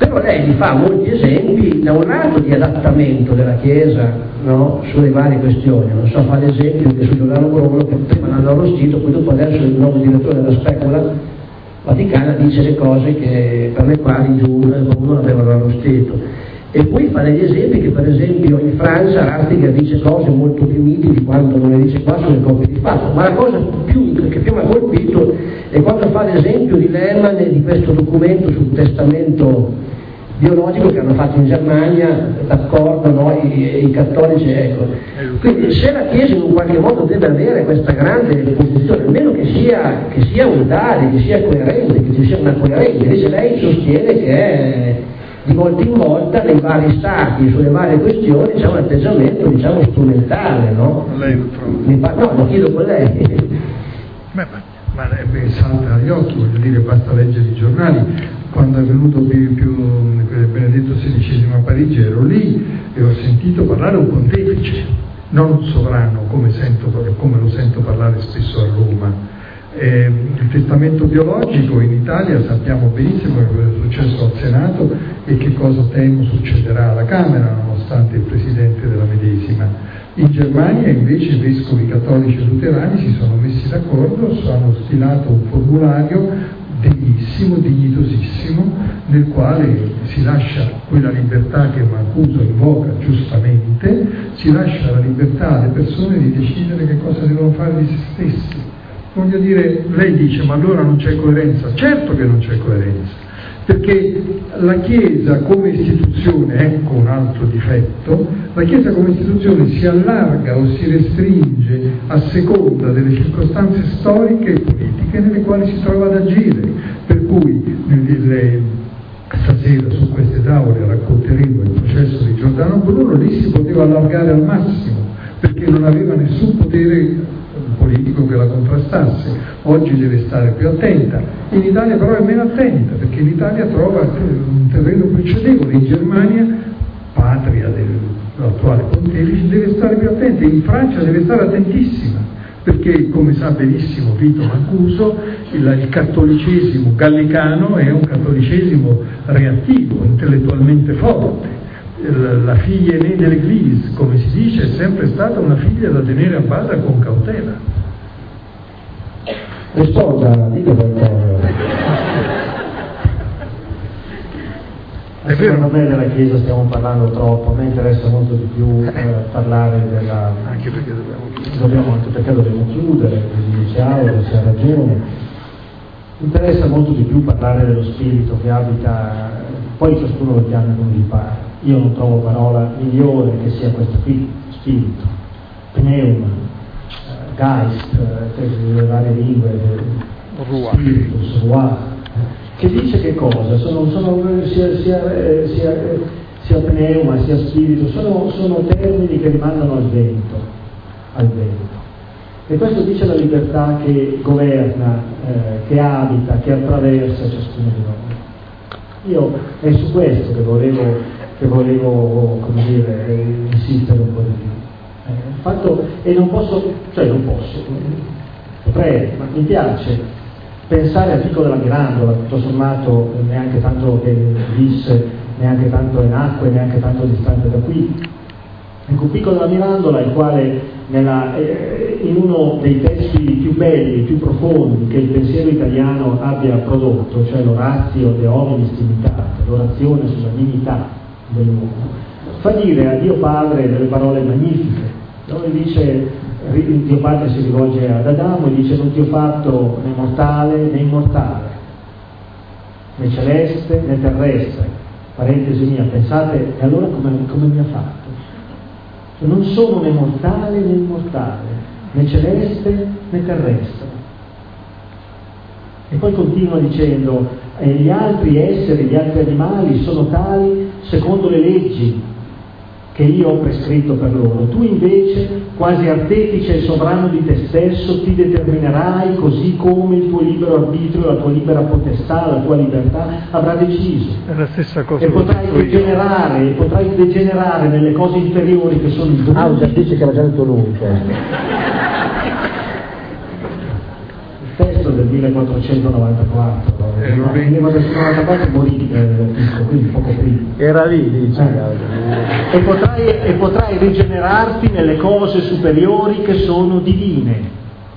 Però lei mi fa molti esempi, da un lato, di adattamento della Chiesa, no, sulle varie questioni. Non so, fa l'esempio che su Giordano Bruno, che prima l'hanno arrostito, poi dopo adesso il nuovo direttore della Specola Vaticana dice le cose che, per le quali Bruno l'avevano arrostito. E poi fa degli esempi che, per esempio, in Francia Ratzinger dice cose molto più miti di quanto non le dice qua sulle copie di fatto. Ma la cosa più, che più mi ha colpito è quando fa l'esempio di Lehmann e di questo documento sul testamento biologico che hanno fatto in Germania, d'accordo, no? I, i cattolici, ecco. Quindi se la Chiesa in un qualche modo deve avere questa grande posizione, almeno che sia, che sia unitaria, che sia coerente, che ci sia una coerenza. Invece lei sostiene che è, di volta in volta nei vari stati, sulle varie questioni, c'è un atteggiamento, diciamo, strumentale, no?
Lei lo trova?
Mi fa, no, lo chiedo con lei.
Beh, ma, ma beh, salta agli occhi, voglio dire, basta leggere i giornali. Quando è venuto più, più Benedetto sedicesimo a Parigi ero lì e ho sentito parlare un pontefice, non un sovrano come, sento, come lo sento parlare spesso a Roma. Eh, il testamento biologico in Italia sappiamo benissimo che cosa è successo al Senato e che cosa temo succederà alla Camera, nonostante il Presidente della medesima. In Germania invece i vescovi cattolici e luterani si sono messi d'accordo, hanno stilato un formulario degnissimo, dignitosissimo, nel quale si lascia quella libertà che Mancuso invoca giustamente, si lascia la libertà alle persone di decidere che cosa devono fare di se stessi. Voglio dire, lei dice, ma allora non c'è coerenza? Certo che non c'è coerenza, perché la Chiesa come istituzione, ecco un altro difetto, la Chiesa come istituzione si allarga o si restringe a seconda delle circostanze storiche e politiche nelle quali si trova ad agire, per cui nelle, stasera su queste tavole racconteremo il processo di Giordano Bruno, lì si poteva allargare al massimo, perché non aveva nessun potere politico che la contrastasse. Oggi deve stare più attenta, in Italia però è meno attenta, perché in Italia trova un terreno precedente. In Germania, patria dell'attuale pontefice, deve stare più attenta, in Francia deve stare attentissima, perché come sa benissimo Vito Mancuso, il, il cattolicesimo gallicano è un cattolicesimo reattivo, intellettualmente forte. La figlia né dell'Eglise, come si dice, è sempre stata una figlia da tenere a bada con cautela.
Risponda, dica qualcosa.
Eh, secondo me della Chiesa stiamo parlando troppo, a me interessa molto di più eh, parlare della...
Anche perché dobbiamo chiudere.
Dobbiamo, anche perché dobbiamo chiudere, così dice Auro, si ha ragione. Mi interessa molto di più parlare dello spirito che abita, poi ciascuno lo chiama come gli pare. Io non trovo parola migliore che sia questo qui, spirito, pneuma, eh, geist, eh, le varie lingue,
Ruach.
spiritus, ruach, che dice che cosa? Sono, sono sia, sia, eh, sia, eh, sia pneuma, sia spirito, sono, sono termini che rimandano al vento, al vento. E questo dice la libertà che governa, eh, che abita, che attraversa ciascuno di noi. Io è su questo che volevo che volevo, come dire, insistere un po' di più. Eh, fatto, e non posso, cioè non posso, potrei, ma mi piace pensare a Pico della Mirandola, tutto sommato neanche tanto che visse, neanche tanto in acqua e neanche tanto distante da qui. Ecco, Pico della Mirandola, il quale nella, eh, in uno dei testi più belli, più profondi che il pensiero italiano abbia prodotto, cioè l'Oratio de Hominis Dignitate, l'orazione sulla dignità dell'uomo, fa dire a Dio Padre delle parole magnifiche, dove dice, Dio Padre si rivolge ad Adamo e dice: non ti ho fatto né mortale né immortale, né celeste né terrestre, parentesi mia, pensate, e allora come, come mi ha fatto? Cioè, non sono né mortale né immortale, né celeste né terrestre. E poi continua dicendo: e gli altri esseri, gli altri animali sono tali secondo le leggi che io ho prescritto per loro. Tu invece, quasi artefice e sovrano di te stesso, ti determinerai così come il tuo libero arbitrio, la tua libera potestà, la tua libertà avrà deciso.
È la stessa cosa.
E potrai degenerare, e potrai degenerare nelle cose inferiori che sono il
Ah, già dice che era già detto lui, cioè.
Il testo del millequattrocentonovantaquattro.
Eh, non
nel novantaquattro morì, eh, quindi poco prima.
Era lì, dice.
Eh. E, potrai, e potrai rigenerarti nelle cose superiori che sono divine.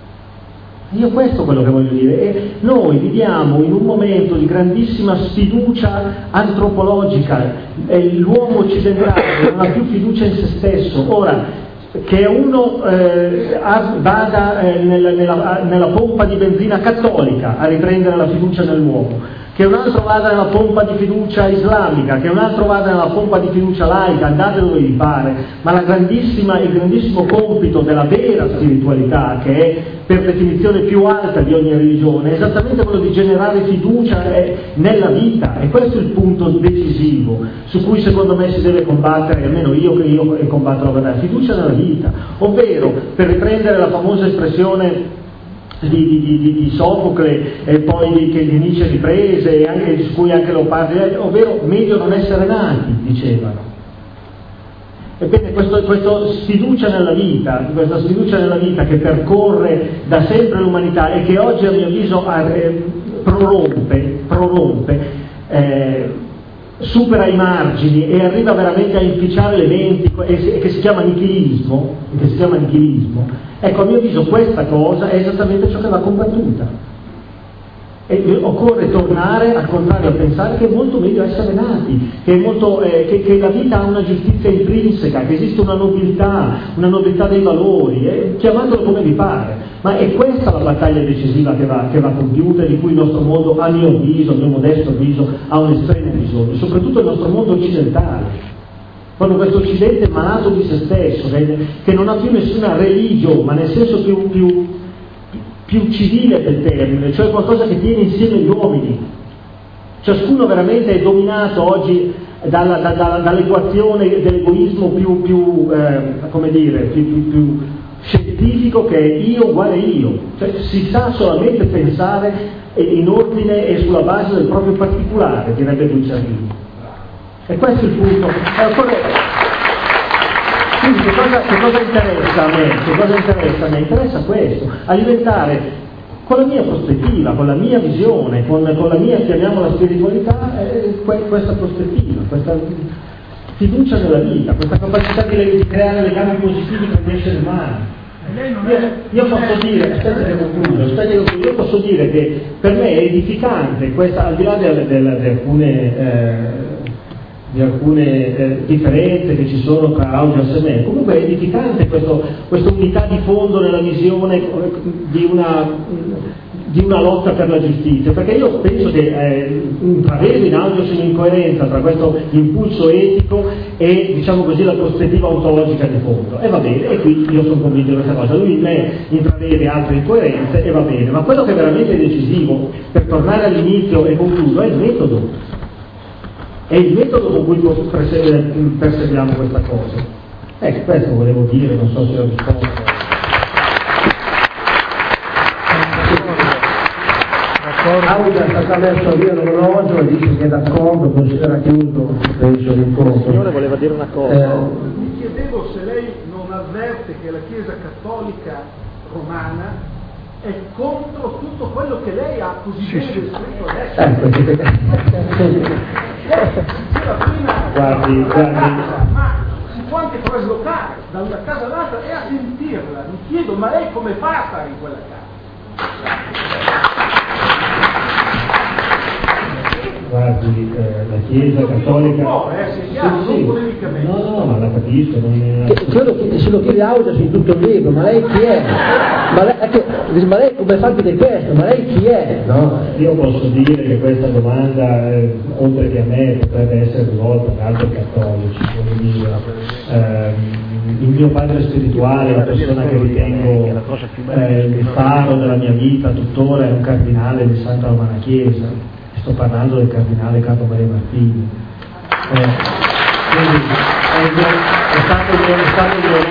Io questo è quello che voglio dire. E noi viviamo in un momento di grandissima sfiducia antropologica, e l'uomo occidentale non ha più fiducia in se stesso. Ora, che uno eh, vada eh, nella, nella, nella pompa di benzina cattolica a riprendere la fiducia nell'uomo, che un altro vada nella pompa di fiducia islamica, che un altro vada nella pompa di fiducia laica, andate dove vi pare, ma la grandissima, il grandissimo compito della vera spiritualità, che è per definizione più alta di ogni religione, è esattamente quello di generare fiducia nella vita, e questo è il punto decisivo su cui secondo me si deve combattere, almeno io che io combatto la verità, fiducia nella vita, ovvero, per riprendere la famosa espressione di, di, di, di Sofocle e poi di, che di Nietzsche riprese, e anche, su cui anche Leopardi, ovvero meglio non essere nati, dicevano. Ebbene, questo, questo sfiducia nella vita, questa sfiducia nella vita che percorre da sempre l'umanità e che oggi a mio avviso eh, prorompe, prorompe eh, supera i margini e arriva veramente a inficiare le menti, e che si chiama nichilismo, che si chiama nichilismo, ecco, a mio avviso questa cosa è esattamente ciò che va combattuta. E occorre tornare al contrario a pensare che è molto meglio essere nati, che, è molto, eh, che, che la vita ha una giustizia intrinseca, che esiste una nobiltà, una nobiltà dei valori, eh, chiamatelo come vi pare, ma è questa la battaglia decisiva che va, che va compiuta e di cui il nostro mondo, a mio avviso, a mio modesto avviso, ha un estremo bisogno, soprattutto il nostro mondo occidentale. Proprio questo Occidente malato di se stesso, che, che non ha più nessuna religione, ma nel senso più, più più civile del termine, cioè qualcosa che tiene insieme gli uomini. Ciascuno veramente è dominato oggi dalla, da, da, dall'equazione dell'egoismo più, più eh, come dire, più, più, più scientifico, che è io uguale io, cioè si sa solamente pensare in ordine e sulla base del proprio particolare, direbbe Guicciardini. E questo è il punto. Allora, quindi che cosa, che cosa interessa a me? Che cosa interessa a me? Interessa questo, alimentare con la mia prospettiva, con la mia visione, con, con la mia, chiamiamola spiritualità, eh, questa prospettiva, questa fiducia nella vita, questa capacità di, di creare legami positivi con gli esseri umani. Io, io posso dire, aspetta che concludo, aspetta che concludo, io posso dire che per me è edificante questa, al di là di alcune eh, di alcune eh, differenze che ci sono tra Augias e me, comunque è edificante questo, questa unità di fondo nella visione di una, di una lotta per la giustizia, perché io penso che eh, intravedo in Augias un'incoerenza tra questo impulso etico e, diciamo così, la prospettiva ontologica di fondo, e va bene, e qui io sono convinto di questa cosa, lui in me intravede altre incoerenze e va bene, ma quello che è veramente decisivo, per tornare all'inizio e concludo, è il metodo. È il metodo con cui perseguiamo questa cosa. Ecco, questo volevo dire, non so se ho risposto.
Augia è stata messa via l'orologio e dice che è d'accordo, considera chiuso, penso, l'incontro.
Il signore voleva dire una cosa.
Eh,
Mi chiedevo se lei non avverte che la Chiesa Cattolica Romana è contro tutto quello che lei ha così bene descritto adesso.
Ecco,
prima,
guardi, guardi.
ma si può anche traslocare da una casa all'altra e a sentirla. Mi chiedo, ma lei come fa a stare in quella casa?
Guardi, eh, la Chiesa Cattolica...
No, eh, se chiaro,
sì, sì.
non polemicamente.
No, no, ma la capisco, non è...
Quello che se lo chiede Augias in tutto il libro, ma lei chi è? Ma lei, ecco, ma lei come fa di questo? Ma lei chi è? No?
Io posso dire che questa domanda, eh, oltre che a me, potrebbe essere rivolta ad altri cattolici, come dire. Eh, il mio padre spirituale, la persona che ritengo eh, il faro della mia vita tuttora, è un cardinale di Santa Romana Chiesa. Sto parlando del cardinale Capo Maria Martini. Eh, quindi è, è stato il mio, è stato il mio